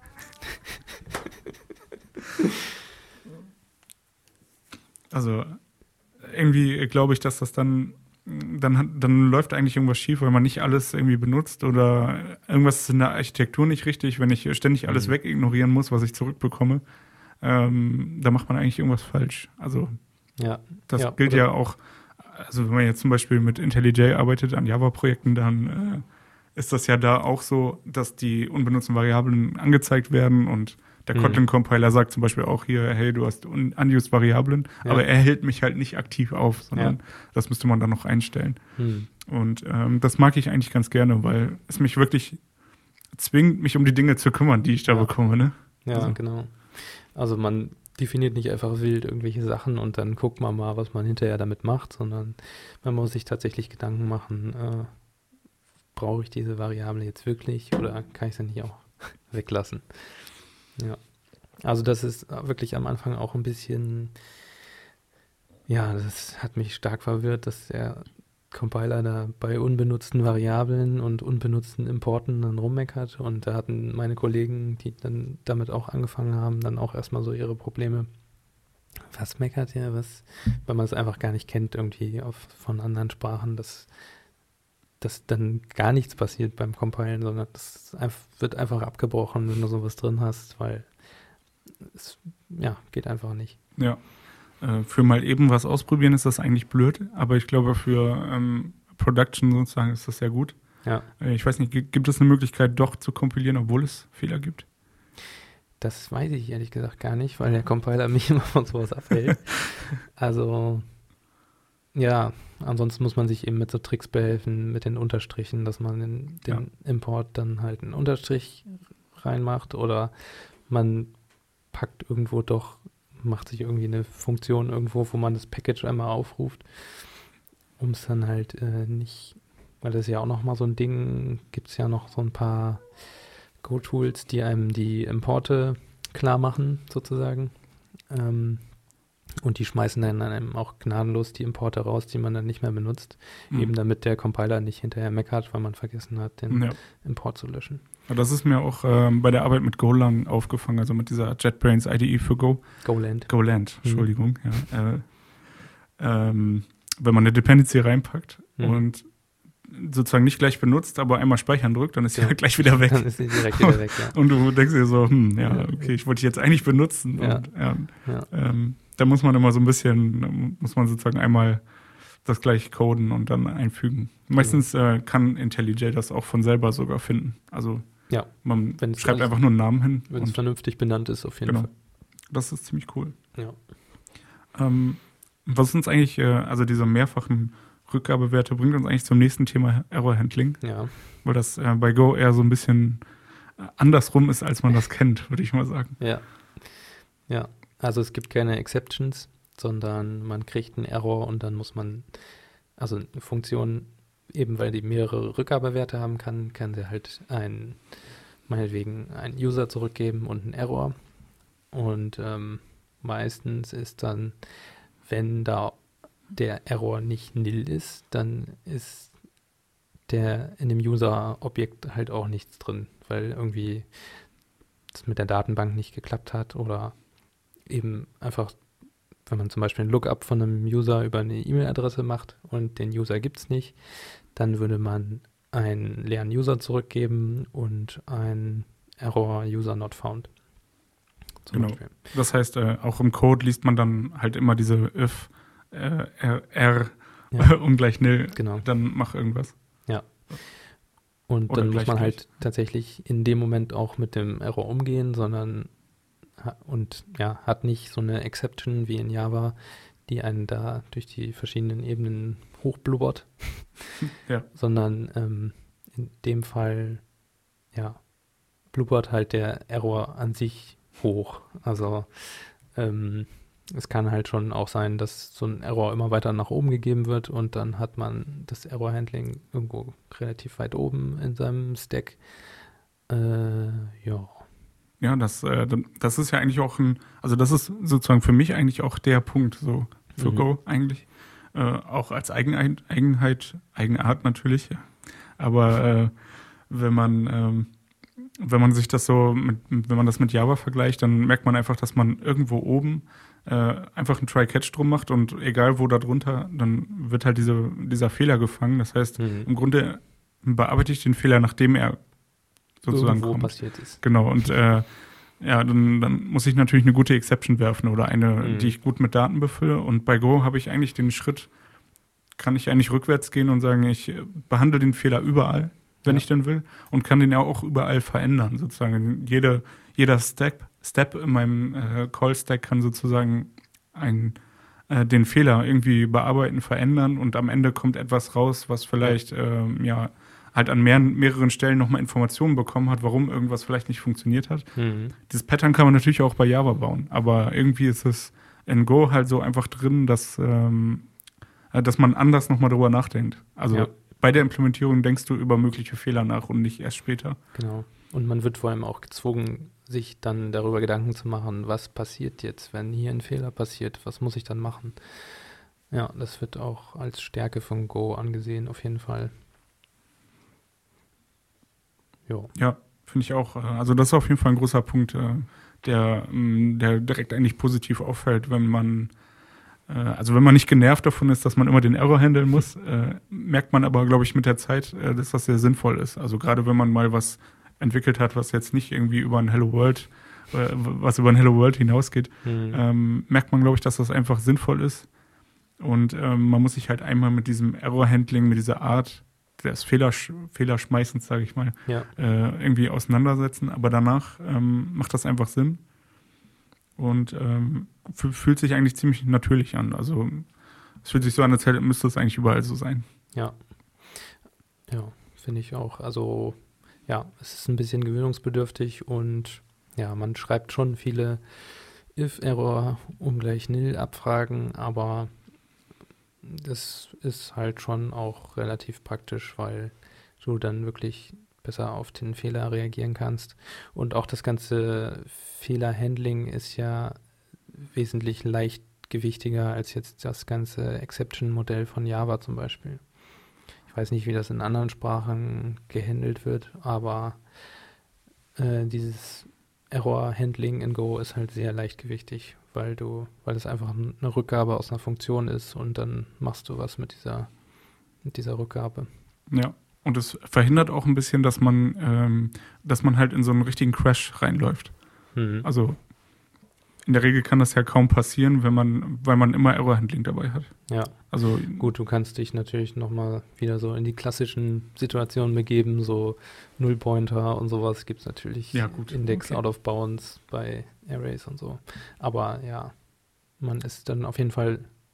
also irgendwie glaube ich, dass das dann Dann, hat, dann läuft eigentlich irgendwas schief, weil man nicht alles irgendwie benutzt oder irgendwas ist in der Architektur nicht richtig. Wenn ich ständig alles Mhm. wegignorieren muss, was ich zurückbekomme, ähm, da macht man eigentlich irgendwas falsch. Also Ja, das ja, gilt oder- ja auch, also wenn man jetzt zum Beispiel mit IntelliJ arbeitet an Java-Projekten, dann äh, ist das ja da auch so, dass die unbenutzten Variablen angezeigt werden und der Mhm. Kotlin-Compiler sagt zum Beispiel auch hier, hey, du hast un- unused Variablen, Ja. aber er hält mich halt nicht aktiv auf, sondern Ja. das müsste man dann noch einstellen. Hm. Und ähm, das mag ich eigentlich ganz gerne, weil es mich wirklich zwingt, mich um die Dinge zu kümmern, die ich da Ja. bekomme. Ne? Ja, Also. genau. Also man definiert nicht einfach wild irgendwelche Sachen und dann guckt man mal, was man hinterher damit macht, sondern man muss sich tatsächlich Gedanken machen, äh, brauche ich diese Variable jetzt wirklich oder kann ich sie nicht auch weglassen? Ja. Also das ist wirklich am Anfang auch ein bisschen, ja, das hat mich stark verwirrt, dass der Compiler da bei unbenutzten Variablen und unbenutzten Importen dann rummeckert und da hatten meine Kollegen, die dann damit auch angefangen haben, dann auch erstmal so ihre Probleme. Was meckert der, was, weil man es einfach gar nicht kennt irgendwie auf, von anderen Sprachen, dass, dass dann gar nichts passiert beim Compilen, sondern das einf- wird einfach abgebrochen, wenn du sowas drin hast, weil es, ja, geht einfach nicht. Ja. Äh, für mal eben was ausprobieren ist das eigentlich blöd, aber ich glaube für ähm, Production sozusagen ist das sehr gut. Ja. Äh, ich weiß nicht, g- gibt es eine Möglichkeit doch zu kompilieren, obwohl es Fehler gibt? Das weiß ich ehrlich gesagt gar nicht, weil der Compiler mich immer von sowas abhält. Also, ja, ansonsten muss man sich eben mit so Tricks behelfen, mit den Unterstrichen, dass man in den Import dann halt einen Unterstrich reinmacht oder man packt irgendwo doch, macht sich irgendwie eine Funktion irgendwo, wo man das Package einmal aufruft, um es dann halt äh, nicht, weil das ist ja auch nochmal so ein Ding, gibt es ja noch so ein paar Go-Tools, die einem die Importe klar machen, sozusagen. Ähm, und die schmeißen dann einem auch gnadenlos die Importe raus, die man dann nicht mehr benutzt, Mhm. eben damit der Compiler nicht hinterher meckert, weil man vergessen hat, den Ja. Import zu löschen. Ja, das ist mir auch ähm, bei der Arbeit mit Golang aufgefangen, also mit dieser JetBrains I D E für Go. Goland. Goland, Mhm. Entschuldigung. Ja. Äh, ähm, wenn man eine Dependency reinpackt Mhm. und sozusagen nicht gleich benutzt, aber einmal speichern drückt, dann ist sie Ja. halt gleich wieder weg. Dann ist sie direkt wieder weg, ja. Und du denkst dir so, hm, ja, Ja. okay, ich wollte die jetzt eigentlich benutzen. Ja. Und, ja, Ja. ähm, da muss man immer so ein bisschen, muss man sozusagen einmal das gleich coden und dann einfügen. Meistens äh, kann IntelliJ das auch von selber sogar finden. Also Ja, man Wenn's schreibt alles- einfach nur einen Namen hin. wenn es Und vernünftig benannt ist, auf jeden genau, Fall. das ist ziemlich cool. Ja. Ähm, was uns eigentlich, äh, also diese mehrfachen Rückgabewerte bringt uns eigentlich zum nächsten Thema Error Handling. Ja. Weil das äh, bei Go eher so ein bisschen andersrum ist, als man das kennt, würde ich mal sagen. Ja. Ja, also es gibt keine Exceptions, sondern man kriegt einen Error und dann muss man, also eine Funktion, eben weil die mehrere Rückgabewerte haben kann, kann sie halt ein, meinetwegen einen User zurückgeben und einen Error. Und ähm, meistens ist dann, wenn da der Error nicht nil ist, dann ist der in dem User-Objekt halt auch nichts drin, weil irgendwie das mit der Datenbank nicht geklappt hat oder eben einfach, wenn man zum Beispiel ein Lookup von einem User über eine E-Mail-Adresse macht und den User gibt es nicht, dann würde man einen leeren User zurückgeben und ein Error User not found. Zum Genau. Beispiel. Das heißt, äh, auch im Code liest man dann halt immer diese if äh, r, r Ja. ungleich nil, Genau. dann mach irgendwas. Und Oder dann muss gleich man gleich. halt tatsächlich in dem Moment auch mit dem Error umgehen, sondern ha- und ja, hat nicht so eine Exception wie in Java, die einen da durch die verschiedenen Ebenen hochblubbert, Ja. sondern ähm, in dem Fall, ja, blubbert halt der Error an sich hoch. Also ähm, es kann halt schon auch sein, dass so ein Error immer weiter nach oben gegeben wird und dann hat man das Error-Handling irgendwo relativ weit oben in seinem Stack. Äh, ja. Ja, das, äh, das ist ja eigentlich auch ein, also das ist sozusagen für mich eigentlich auch der Punkt so für Mhm. Go eigentlich. Äh, auch als Eigenheit, Eigenheit, Eigenart natürlich. Ja. Aber äh, wenn man ähm, wenn man sich das so mit, wenn man das mit Java vergleicht, dann merkt man einfach, dass man irgendwo oben äh, einfach einen Try-Catch drum macht und egal wo da drunter, dann wird halt diese, dieser Fehler gefangen. Das heißt, Mhm. im Grunde bearbeite ich den Fehler, nachdem er sozusagen Irgendwo kommt. passiert ist. Genau, und äh, ja, dann, dann muss ich natürlich eine gute Exception werfen oder eine, Mhm. die ich gut mit Daten befülle. Und bei Go habe ich eigentlich den Schritt, kann ich eigentlich rückwärts gehen und sagen, ich äh, behandle den Fehler überall, wenn Ja. ich denn will, und kann den ja auch überall verändern, sozusagen. Jede, jeder Step, Step in meinem äh, Call-Stack kann sozusagen ein, äh, den Fehler irgendwie bearbeiten, verändern und am Ende kommt etwas raus, was vielleicht ähm, ja halt an mehr, mehreren Stellen nochmal Informationen bekommen hat, warum irgendwas vielleicht nicht funktioniert hat. Mhm. Dieses Pattern kann man natürlich auch bei Java bauen, aber irgendwie ist es in Go halt so einfach drin, dass, ähm, dass man anders nochmal drüber nachdenkt. Also Ja. bei der Implementierung denkst du über mögliche Fehler nach und nicht erst später. Genau. Und man wird vor allem auch gezwungen, sich dann darüber Gedanken zu machen, was passiert jetzt, wenn hier ein Fehler passiert, was muss ich dann machen? Ja, das wird auch als Stärke von Go angesehen, auf jeden Fall. Jo. Ja, finde ich auch. äh, Also das ist auf jeden Fall ein großer Punkt, äh, der, mh, der direkt eigentlich positiv auffällt, wenn man äh, also wenn man nicht genervt davon ist, dass man immer den Error handeln muss, äh, merkt man aber, glaube ich, mit der Zeit, äh, dass das sehr sinnvoll ist. Also gerade wenn man mal was entwickelt hat, was jetzt nicht irgendwie über ein Hello World, äh, was über ein Hello World hinausgeht, Mhm. ähm, merkt man, glaube ich, dass das einfach sinnvoll ist. Und ähm, man muss sich halt einmal mit diesem Error-Handling, mit dieser Art des Fehlersch Fehlerschmeißens, sage ich mal, Ja. äh, irgendwie auseinandersetzen. Aber danach ähm, macht das einfach Sinn und ähm, fü- fühlt sich eigentlich ziemlich natürlich an. Also es fühlt sich so an, als hätte, müsste es eigentlich überall so sein. Ja. Ja, finde ich auch. Also ja, es ist ein bisschen gewöhnungsbedürftig und ja, man schreibt schon viele if-Error ungleich nil Abfragen, aber das ist halt schon auch relativ praktisch, weil du dann wirklich besser auf den Fehler reagieren kannst. Und auch das ganze Fehlerhandling ist ja wesentlich leichtgewichtiger als jetzt das ganze Exception-Modell von Java zum Beispiel. Ich weiß nicht, wie das in anderen Sprachen gehandelt wird, aber äh, dieses Error-Handling in Go ist halt sehr leichtgewichtig, weil du, weil es einfach eine Rückgabe aus einer Funktion ist und dann machst du was mit dieser, mit dieser Rückgabe. Ja. Und es verhindert auch ein bisschen, dass man, ähm, dass man halt in so einen richtigen Crash reinläuft. Mhm. Also in der Regel kann das ja kaum passieren, wenn man, weil man immer Error-Handling dabei hat. Ja, Also gut, du kannst dich natürlich nochmal wieder so in die klassischen Situationen begeben, so Nullpointer und sowas gibt es natürlich. Ja, gut, Index okay. out of bounds bei Arrays und so. Aber ja, man ist dann auf jeden Fall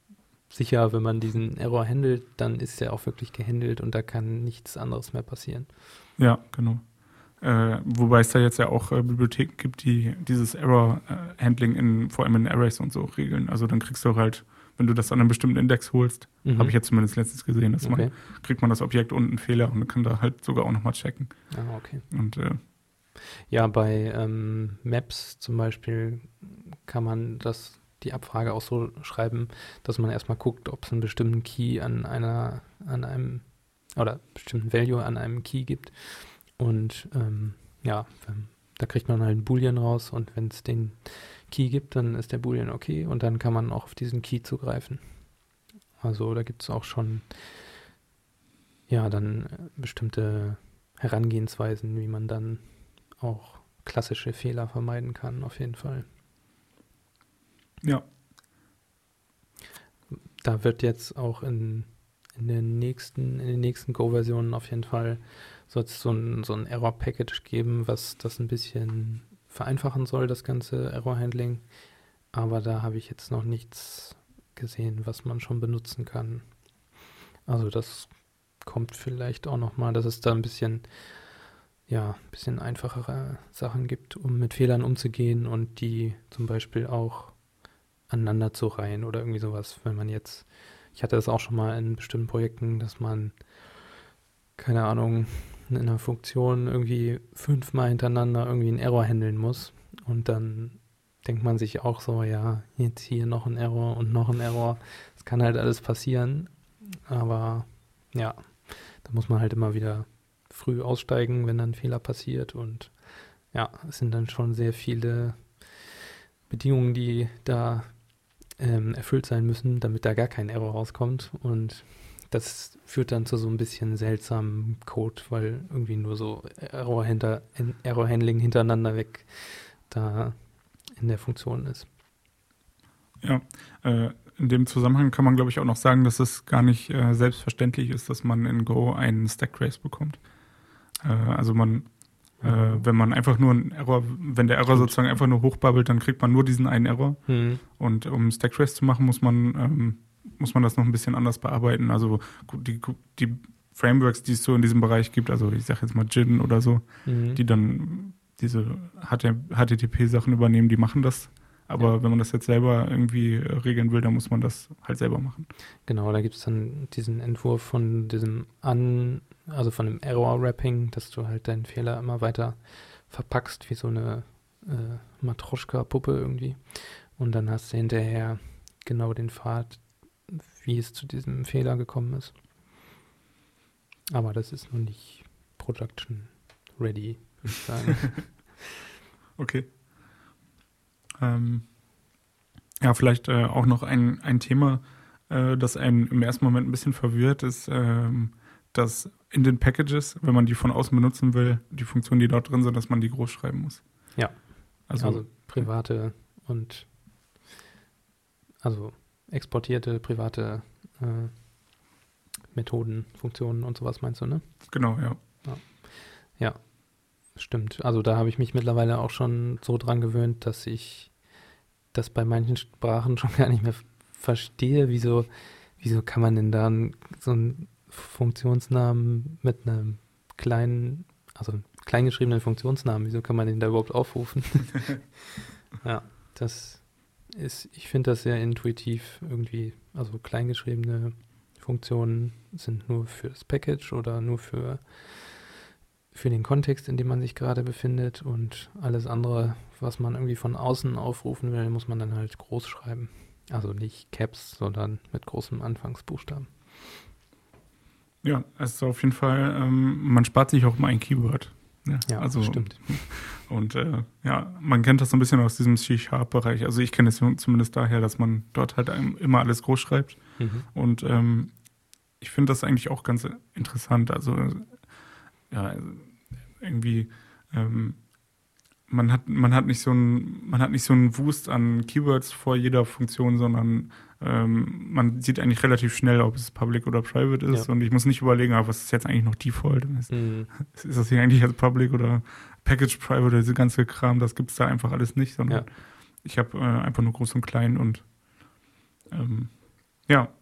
sicher, wenn man diesen Error handelt, dann ist er auch wirklich gehandelt und da kann nichts anderes mehr passieren. Ja, genau. Äh, wobei es da jetzt ja auch äh, Bibliotheken gibt, die dieses Error-Handling in, vor allem in Arrays und so regeln. Also dann kriegst du halt, wenn du das an einem bestimmten Index holst, mhm. habe ich jetzt zumindest letztens gesehen, dass okay. man, kriegt man das Objekt und einen Fehler und kann da halt sogar auch nochmal checken. Ah, okay. Und äh, ja, bei ähm, Maps zum Beispiel kann man das die Abfrage auch so schreiben, dass man erstmal guckt, ob es einen bestimmten Key an einer, an einem, oder bestimmten Value an einem Key gibt. Und ähm, ja, da kriegt man halt einen Boolean raus und wenn es den Key gibt, dann ist der Boolean okay und dann kann man auch auf diesen Key zugreifen. Also da gibt es auch schon ja dann bestimmte Herangehensweisen, wie man dann auch klassische Fehler vermeiden kann, auf jeden Fall. Ja. Da wird jetzt auch in, in den nächsten, in den nächsten Go-Versionen auf jeden Fall soll es so ein, so ein Error-Package geben, was das ein bisschen vereinfachen soll, das ganze Error-Handling. Aber da habe ich jetzt noch nichts gesehen, was man schon benutzen kann. Also das kommt vielleicht auch nochmal, dass es da ein bisschen, ja, ein bisschen einfachere Sachen gibt, um mit Fehlern umzugehen und die zum Beispiel auch aneinander zu reihen oder irgendwie sowas, wenn man jetzt, ich hatte das auch schon mal in bestimmten Projekten, dass man, keine Ahnung, in einer Funktion irgendwie fünfmal hintereinander irgendwie einen Error handeln muss und dann denkt man sich auch so, ja, jetzt hier noch ein Error und noch ein Error, das kann halt alles passieren, aber ja, da muss man halt immer wieder früh aussteigen, wenn dann ein Fehler passiert und ja, es sind dann schon sehr viele Bedingungen, die da ähm, erfüllt sein müssen, damit da gar kein Error rauskommt und das führt dann zu so ein bisschen seltsamen Code, weil irgendwie nur so Error hinter, Error-Handling hintereinander weg da in der Funktion ist. Ja, äh, in dem Zusammenhang kann man, glaube ich, auch noch sagen, dass es gar nicht äh, selbstverständlich ist, dass man in Go einen Stack Trace bekommt. Äh, also man, mhm. äh, wenn man einfach nur einen Error, wenn der Error Stimmt. sozusagen einfach nur hochbabbelt, dann kriegt man nur diesen einen Error. Mhm. Und um Stack Trace zu machen, muss man ähm, muss man das noch ein bisschen anders bearbeiten. Also die, die Frameworks, die es so in diesem Bereich gibt, also ich sage jetzt mal Gin oder so, mhm. die dann diese H T T P-Sachen übernehmen, die machen das. Aber ja. wenn man das jetzt selber irgendwie regeln will, dann muss man das halt selber machen. Genau, da gibt es dann diesen Entwurf von diesem An, also von dem Error-Wrapping, dass du halt deinen Fehler immer weiter verpackst, wie so eine äh, Matroschka-Puppe irgendwie. Und dann hast du hinterher genau den Pfad, wie es zu diesem Fehler gekommen ist. Aber das ist noch nicht production ready, würde ich sagen. Okay. Ähm, ja, vielleicht äh, auch noch ein, ein Thema, äh, das einen im ersten Moment ein bisschen verwirrt, ist, ähm, dass in den Packages, wenn man die von außen benutzen will, die Funktionen, die dort drin sind, dass man die groß schreiben muss. Ja, also, also private und also exportierte private äh, Methoden, Funktionen und sowas meinst du, ne? Genau, ja. Ja, ja, stimmt. Also da habe ich mich mittlerweile auch schon so dran gewöhnt, dass ich das bei manchen Sprachen schon gar nicht mehr f- verstehe. Wieso, wieso kann man denn da einen, so einen Funktionsnamen mit einem kleinen, also kleingeschriebenen Funktionsnamen, wieso kann man den da überhaupt aufrufen? Ja, das ist, ich finde das sehr intuitiv irgendwie, also kleingeschriebene Funktionen sind nur für das Package oder nur für, für den Kontext, in dem man sich gerade befindet und alles andere, was man irgendwie von außen aufrufen will, muss man dann halt groß schreiben. Also nicht Caps, sondern mit großem Anfangsbuchstaben. Ja, es ist auf jeden Fall, ähm, man spart sich auch mal ein Keyword. Ja, ja also, stimmt. Und äh, ja, man kennt das so ein bisschen aus diesem C-Sharp-Bereich. Also ich kenne es zumindest daher, dass man dort halt immer alles groß schreibt. Mhm. Und ähm, ich finde das eigentlich auch ganz interessant. Also ja, irgendwie ähm, man hat man hat nicht so ein man hat nicht so einen Wust an Keywords vor jeder Funktion, sondern ähm, man sieht eigentlich relativ schnell, ob es public oder private ist. Ja. Und ich muss nicht überlegen, ah, was ist jetzt eigentlich noch Default? Ist, mhm. ist das hier eigentlich als public oder Package private oder diese ganze Kram? Das gibt es da einfach alles nicht, sondern ja. ich habe äh, einfach nur groß und klein und ähm, ja,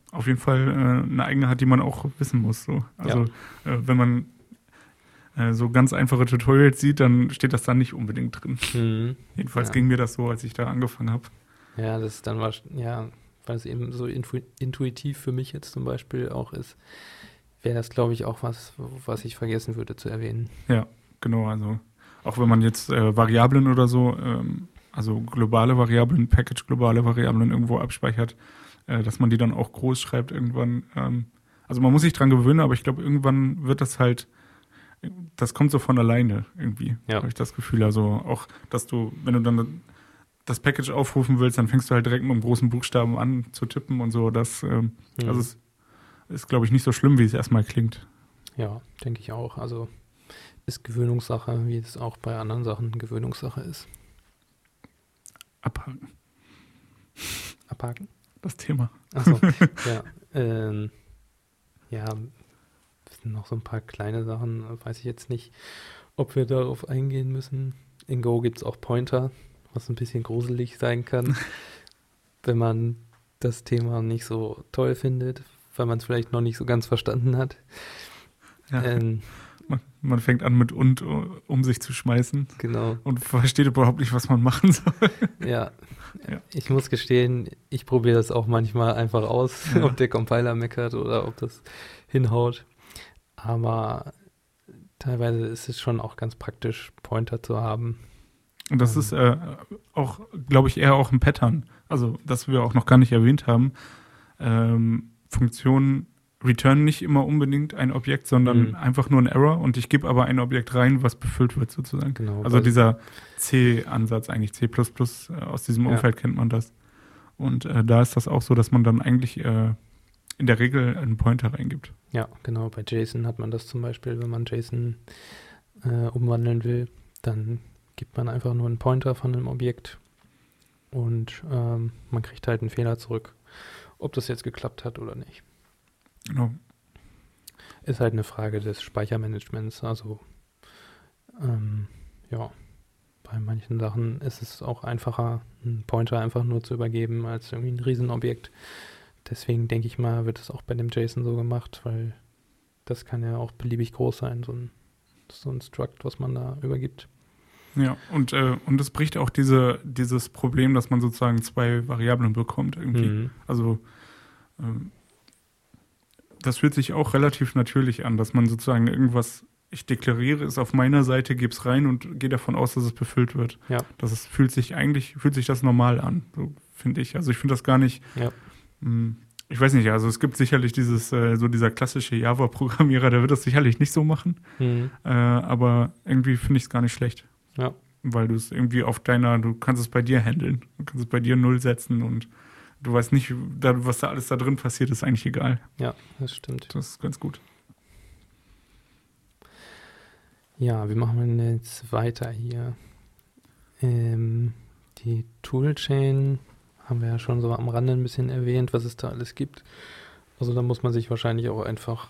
auf jeden Fall äh, eine Eigenheit, die man auch wissen muss. So. Also ja. äh, wenn man äh, so ganz einfache Tutorials sieht, dann steht das da nicht unbedingt drin. Mhm. Jedenfalls ja. ging mir das so, als ich da angefangen habe. Ja, das ist dann war, ja, weil es eben so intu- intuitiv für mich jetzt zum Beispiel auch ist, wäre das, glaube ich, auch was, was ich vergessen würde zu erwähnen. Ja, genau. Also auch wenn man jetzt äh, Variablen oder so, ähm, also globale Variablen, Package globale Variablen irgendwo abspeichert, äh, dass man die dann auch groß schreibt irgendwann. Ähm, also man muss sich dran gewöhnen, aber ich glaube, irgendwann wird das halt, das kommt so von alleine irgendwie, ja. habe ich das Gefühl. Also auch, dass du, wenn du dann das Package aufrufen willst, dann fängst du halt direkt mit einem großen Buchstaben an zu tippen und so. Das, ähm, mhm. also es ist, glaube ich, nicht so schlimm, wie es erstmal klingt. Ja, denke ich auch. Also ist Gewöhnungssache, wie es auch bei anderen Sachen Gewöhnungssache ist. Abhaken. Abhaken? Das Thema. Achso, ja. Ähm, ja, noch so ein paar kleine Sachen, weiß ich jetzt nicht, ob wir darauf eingehen müssen. In Go gibt es auch Pointer, was ein bisschen gruselig sein kann, wenn man das Thema nicht so toll findet, weil man es vielleicht noch nicht so ganz verstanden hat. Ja. Ähm, man, man fängt an mit und, um sich zu schmeißen. Genau. Und versteht überhaupt nicht, was man machen soll. Ja, ja. Ich muss gestehen, ich probiere das auch manchmal einfach aus, ja. ob der Compiler meckert oder ob das hinhaut. Aber teilweise ist es schon auch ganz praktisch, Pointer zu haben. Und das ähm. ist äh, auch, glaube ich, eher auch ein Pattern. Also, das wir auch noch gar nicht erwähnt haben. Ähm, Funktionen return nicht immer unbedingt ein Objekt, sondern mhm. einfach nur ein Error und ich gebe aber ein Objekt rein, was befüllt wird sozusagen. Genau, also dieser C-Ansatz eigentlich, C plus plus, äh, aus diesem Umfeld ja. kennt man das. Und äh, da ist das auch so, dass man dann eigentlich äh, in der Regel einen Pointer reingibt. Ja, genau. Bei JSON hat man das zum Beispiel, wenn man JSON äh, umwandeln will, dann gibt man einfach nur einen Pointer von einem Objekt und ähm, man kriegt halt einen Fehler zurück, ob das jetzt geklappt hat oder nicht. Genau. Ist halt eine Frage des Speichermanagements. Also, ähm, ja, bei manchen Sachen ist es auch einfacher, einen Pointer einfach nur zu übergeben, als irgendwie ein Riesenobjekt. Deswegen denke ich mal, wird es auch bei dem JSON so gemacht, weil das kann ja auch beliebig groß sein, so ein, so ein Struct, was man da übergibt. Ja, und äh, und es bricht auch diese, dieses Problem, dass man sozusagen zwei Variablen bekommt irgendwie. Mhm. Also, ähm, das fühlt sich auch relativ natürlich an, dass man sozusagen irgendwas, ich deklariere es auf meiner Seite, gebe es rein und gehe davon aus, dass es befüllt wird. Ja. Das ist, fühlt sich eigentlich, fühlt sich das normal an, so finde ich. Also ich finde das gar nicht, ja. mh, ich weiß nicht, also es gibt sicherlich dieses, äh, so dieser klassische Java-Programmierer, der wird das sicherlich nicht so machen, mhm. äh, aber irgendwie finde ich es gar nicht schlecht. Ja. Weil du es irgendwie auf deiner, du kannst es bei dir handeln, du kannst es bei dir null setzen und du weißt nicht, was da alles da drin passiert, ist eigentlich egal. Ja, das stimmt. Das ist ganz gut. Ja, wie machen wir denn jetzt weiter hier? Ähm, die Toolchain haben wir ja schon so am Rande ein bisschen erwähnt, was es da alles gibt. Also da muss man sich wahrscheinlich auch einfach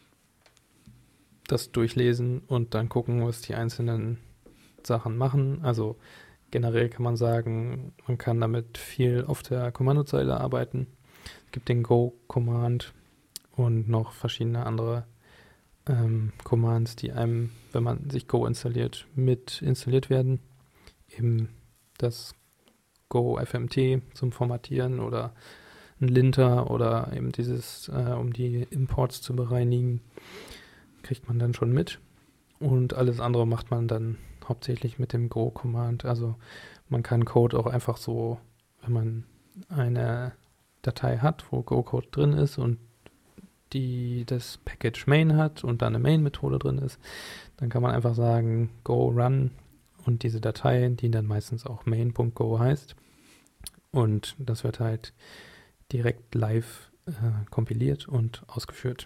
das durchlesen und dann gucken, was die einzelnen Sachen machen. Also generell kann man sagen, man kann damit viel auf der Kommandozeile arbeiten. Es gibt den Go-Command und noch verschiedene andere ähm, Commands, die einem, wenn man sich Go installiert, mit installiert werden. Eben das Go-F M T zum Formatieren oder ein Linter oder eben dieses, äh, um die Imports zu bereinigen, kriegt man dann schon mit. Und alles andere macht man dann hauptsächlich mit dem Go-Command. Also man kann Code auch einfach so, wenn man eine Datei hat, wo Go-Code drin ist und die das Package Main hat und da eine Main-Methode drin ist, dann kann man einfach sagen Go Run und diese Datei, die dann meistens auch main.go heißt. Und das wird halt direkt live äh, kompiliert und ausgeführt.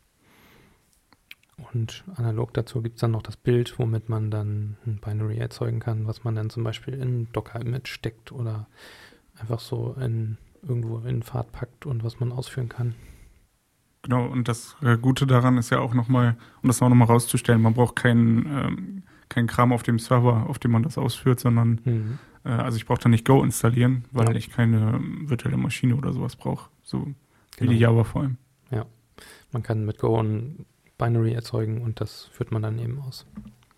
Und analog dazu gibt es dann noch das Bild, womit man dann ein Binary erzeugen kann, was man dann zum Beispiel in Docker-Image steckt oder einfach so in, irgendwo in Pfad packt und was man ausführen kann. Genau, und das äh, Gute daran ist ja auch nochmal, um das auch nochmal rauszustellen, man braucht keinen ähm, kein Kram auf dem Server, auf dem man das ausführt, sondern mhm. äh, also ich brauche da nicht Go installieren, weil ja. ich keine virtuelle Maschine oder sowas brauche. So Wie die Java vor allem. Ja, man kann mit Go ein Binary erzeugen und das führt man dann eben aus.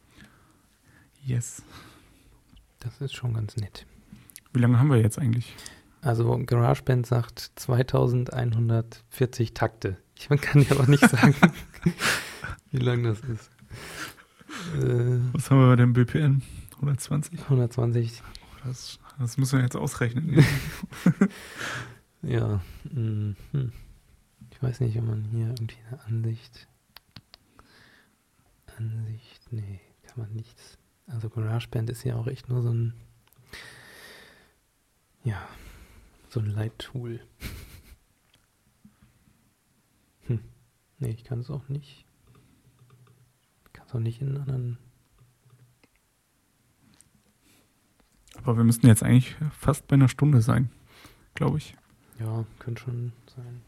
Yes. Das ist schon ganz nett. Wie lange haben wir jetzt eigentlich? Also GarageBand sagt zweitausendeinhundertvierzig Takte. Ich kann dir aber nicht sagen, wie lang das ist. Äh, Was haben wir bei dem B P M? hundertzwanzig? hundertzwanzig. Das, das müssen wir jetzt ausrechnen. Ja. Mh, hm. Ich weiß nicht, ob man hier irgendwie eine Ansicht... Ansicht... Nee, kann man nichts... Also GarageBand ist ja auch echt nur so ein... Ja, so ein Light-Tool. Hm. Nee, ich kann es auch nicht. Ich kann es auch nicht in anderen... Aber wir müssten jetzt eigentlich fast bei einer Stunde sein, glaube ich. Ja, könnte schon sein.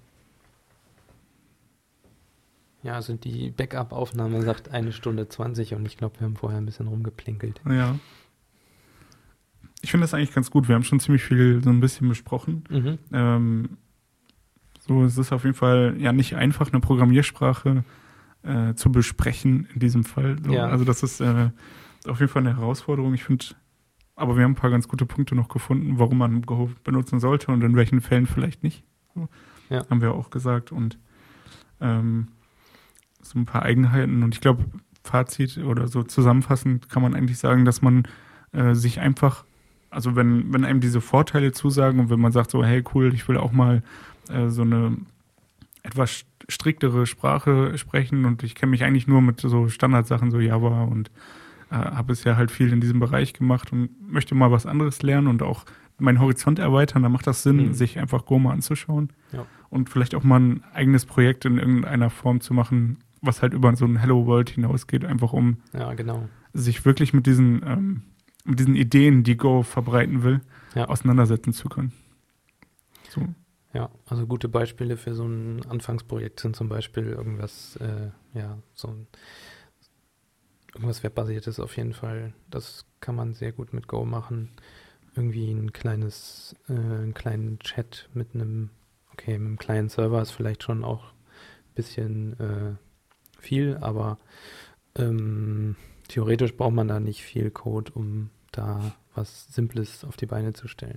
Ja, also die Backup-Aufnahme sagt eine Stunde zwanzig und ich glaube, wir haben vorher ein bisschen rumgeplinkelt. Ja. Ich finde das eigentlich ganz gut. Wir haben schon ziemlich viel so ein bisschen besprochen. Mhm. Ähm, so, es ist auf jeden Fall ja nicht einfach, eine Programmiersprache äh, zu besprechen in diesem Fall. So, Ja. Also das ist äh, auf jeden Fall eine Herausforderung. Ich finde, aber wir haben ein paar ganz gute Punkte noch gefunden, warum man Go benutzen sollte und in welchen Fällen vielleicht nicht. So, Ja. haben wir auch gesagt. Und ähm, so ein paar Eigenheiten. Und ich glaube, Fazit oder so zusammenfassend kann man eigentlich sagen, dass man äh, sich einfach, also wenn, wenn einem diese Vorteile zusagen und wenn man sagt so, hey cool, ich will auch mal äh, so eine etwas striktere Sprache sprechen und ich kenne mich eigentlich nur mit so Standardsachen, so Java und äh, habe es ja halt viel in diesem Bereich gemacht und möchte mal was anderes lernen und auch meinen Horizont erweitern, dann macht das Sinn, Mhm. sich einfach Go mal anzuschauen Ja. und vielleicht auch mal ein eigenes Projekt in irgendeiner Form zu machen, was halt über so ein Hello World hinausgeht, einfach um Ja, genau. sich wirklich mit diesen, ähm, mit diesen Ideen, die Go verbreiten will, Ja. auseinandersetzen zu können. So. Ja, also gute Beispiele für so ein Anfangsprojekt sind zum Beispiel irgendwas, äh, ja, so ein irgendwas webbasiertes auf jeden Fall. Das kann man sehr gut mit Go machen. Irgendwie ein kleines, äh, einen kleinen Chat mit einem, okay, mit einem kleinen Server ist vielleicht schon auch ein bisschen äh, viel, aber ähm, theoretisch braucht man da nicht viel Code, um da was Simples auf die Beine zu stellen.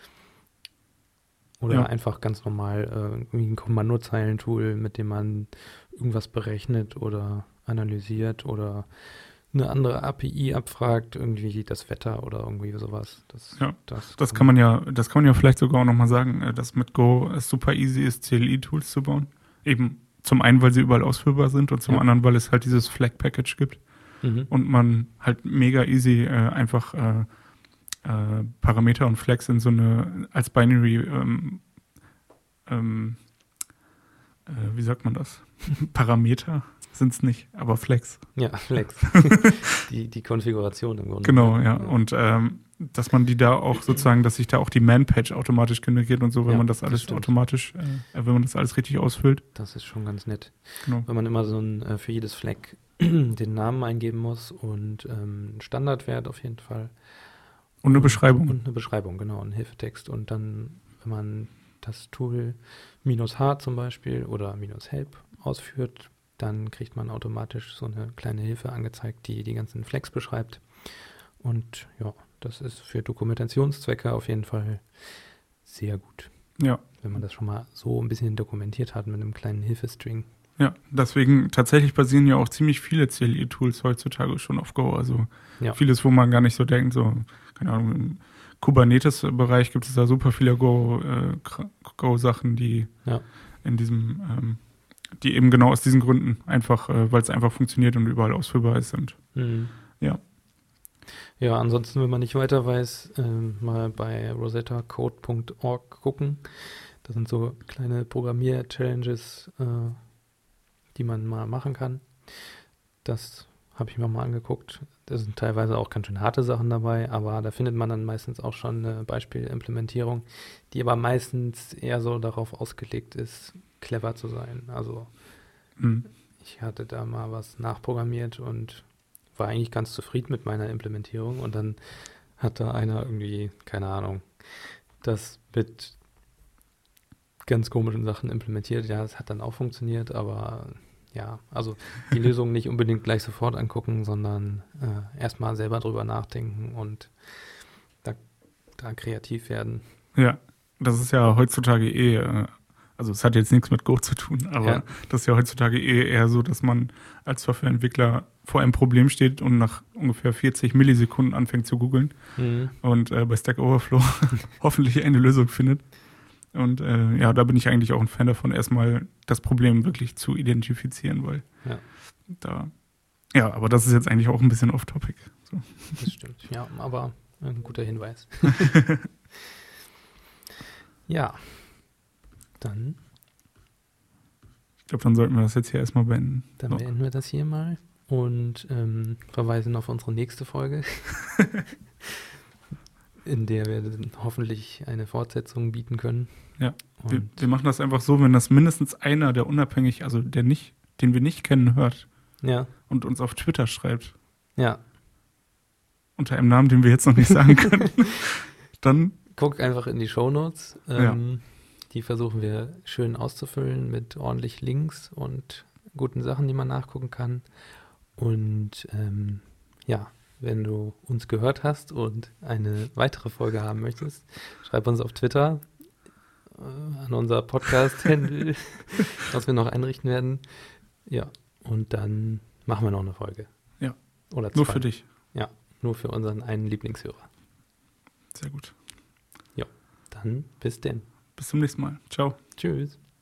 Oder Ja. einfach ganz normal äh, irgendwie ein Kommandozeilentool, mit dem man irgendwas berechnet oder analysiert oder eine andere A P I abfragt, irgendwie das Wetter oder irgendwie sowas. Das, Ja, das, Das kann man ja, das kann man ja vielleicht sogar auch nochmal sagen, äh, dass mit Go es super easy ist, C L I-Tools zu bauen. Eben zum einen, weil sie überall ausführbar sind und zum Ja. anderen, weil es halt dieses Flag-Package gibt Mhm. und man halt mega easy äh, einfach äh, äh, Parameter und Flags in so eine, als Binary ähm, ähm, äh, wie sagt man das? Parameter sind es nicht, aber Flags. Ja, Flex. die, die Konfiguration im Grunde. Genau, ja. Und ähm, dass man die da auch sozusagen, dass sich da auch die Man-Page automatisch generiert und so, wenn Ja, man das das alles stimmt. automatisch, äh, wenn man das alles richtig ausfüllt. Das ist schon ganz nett. Genau. Wenn man immer so ein, äh, für jedes Flag den Namen eingeben muss und ähm, einen Standardwert auf jeden Fall. Und eine Beschreibung. Und eine Beschreibung, genau, ein Hilfetext. Und dann, wenn man das Tool minus H zum Beispiel oder minus Help ausführt, dann kriegt man automatisch so eine kleine Hilfe angezeigt, die die ganzen Flags beschreibt. Und ja, das ist für Dokumentationszwecke auf jeden Fall sehr gut, Ja, wenn man das schon mal so ein bisschen dokumentiert hat mit einem kleinen Hilfestring. ja. Deswegen tatsächlich basieren ja auch ziemlich viele C L I-Tools heutzutage schon auf Go. Also Ja. vieles, wo man gar nicht so denkt, so, keine Ahnung, im Kubernetes-Bereich gibt es da super viele Go, äh, Kr- Go-Sachen, die Ja. in diesem, ähm, die eben genau aus diesen Gründen einfach, äh, weil es einfach funktioniert und überall ausführbar ist. Und Mhm. ja. Ja, ansonsten, wenn man nicht weiter weiß, ähm, mal bei rosetta code punkt org gucken. Das sind so kleine Programmier-Challenges, äh, die man mal machen kann. Das habe ich mir mal angeguckt. Da sind teilweise auch ganz schön harte Sachen dabei, aber da findet man dann meistens auch schon eine Beispielimplementierung, die aber meistens eher so darauf ausgelegt ist, clever zu sein. Also Mhm. ich hatte da mal was nachprogrammiert und war eigentlich ganz zufrieden mit meiner Implementierung und dann hat da einer irgendwie, keine Ahnung, das mit ganz komischen Sachen implementiert. Ja, es hat dann auch funktioniert, aber ja, also die Lösung nicht unbedingt gleich sofort angucken, sondern äh, erstmal selber drüber nachdenken und da, da kreativ werden. Ja, das ist ja heutzutage eh, äh, also es hat jetzt nichts mit Go zu tun, aber Ja. das ist ja heutzutage eh eher so, dass man als Softwareentwickler vor einem Problem steht und nach ungefähr vierzig Millisekunden anfängt zu googeln Mhm. und äh, bei Stack Overflow hoffentlich eine Lösung findet. Und äh, ja, da bin ich eigentlich auch ein Fan davon, erstmal das Problem wirklich zu identifizieren, weil Ja. da, ja, aber das ist jetzt eigentlich auch ein bisschen off-topic. So. Das stimmt, ja, aber ein guter Hinweis. Ja, dann, Ich glaube, dann sollten wir das jetzt hier erstmal beenden. dann So. beenden wir das hier mal und ähm, verweisen auf unsere nächste Folge, in der wir dann hoffentlich eine Fortsetzung bieten können. Ja, wir, Und wir machen das einfach so, wenn das mindestens einer, der unabhängig, also der nicht, den wir nicht kennen, hört ja, und uns auf Twitter schreibt, ja, unter einem Namen, den wir jetzt noch nicht sagen können, dann, guckt einfach in die Shownotes. Ähm, Die versuchen wir schön auszufüllen mit ordentlich Links und guten Sachen, die man nachgucken kann. Und ähm, ja, wenn du uns gehört hast und eine weitere Folge haben möchtest, schreib uns auf Twitter äh, an unser Podcast-Handle, was wir noch einrichten werden. Ja, und dann machen wir noch eine Folge. Ja. Oder zwei. nur für dich. Nur für unseren einen Lieblingshörer. Sehr gut. Dann bis denn. Bis zum nächsten Mal. Ciao. Tschüss.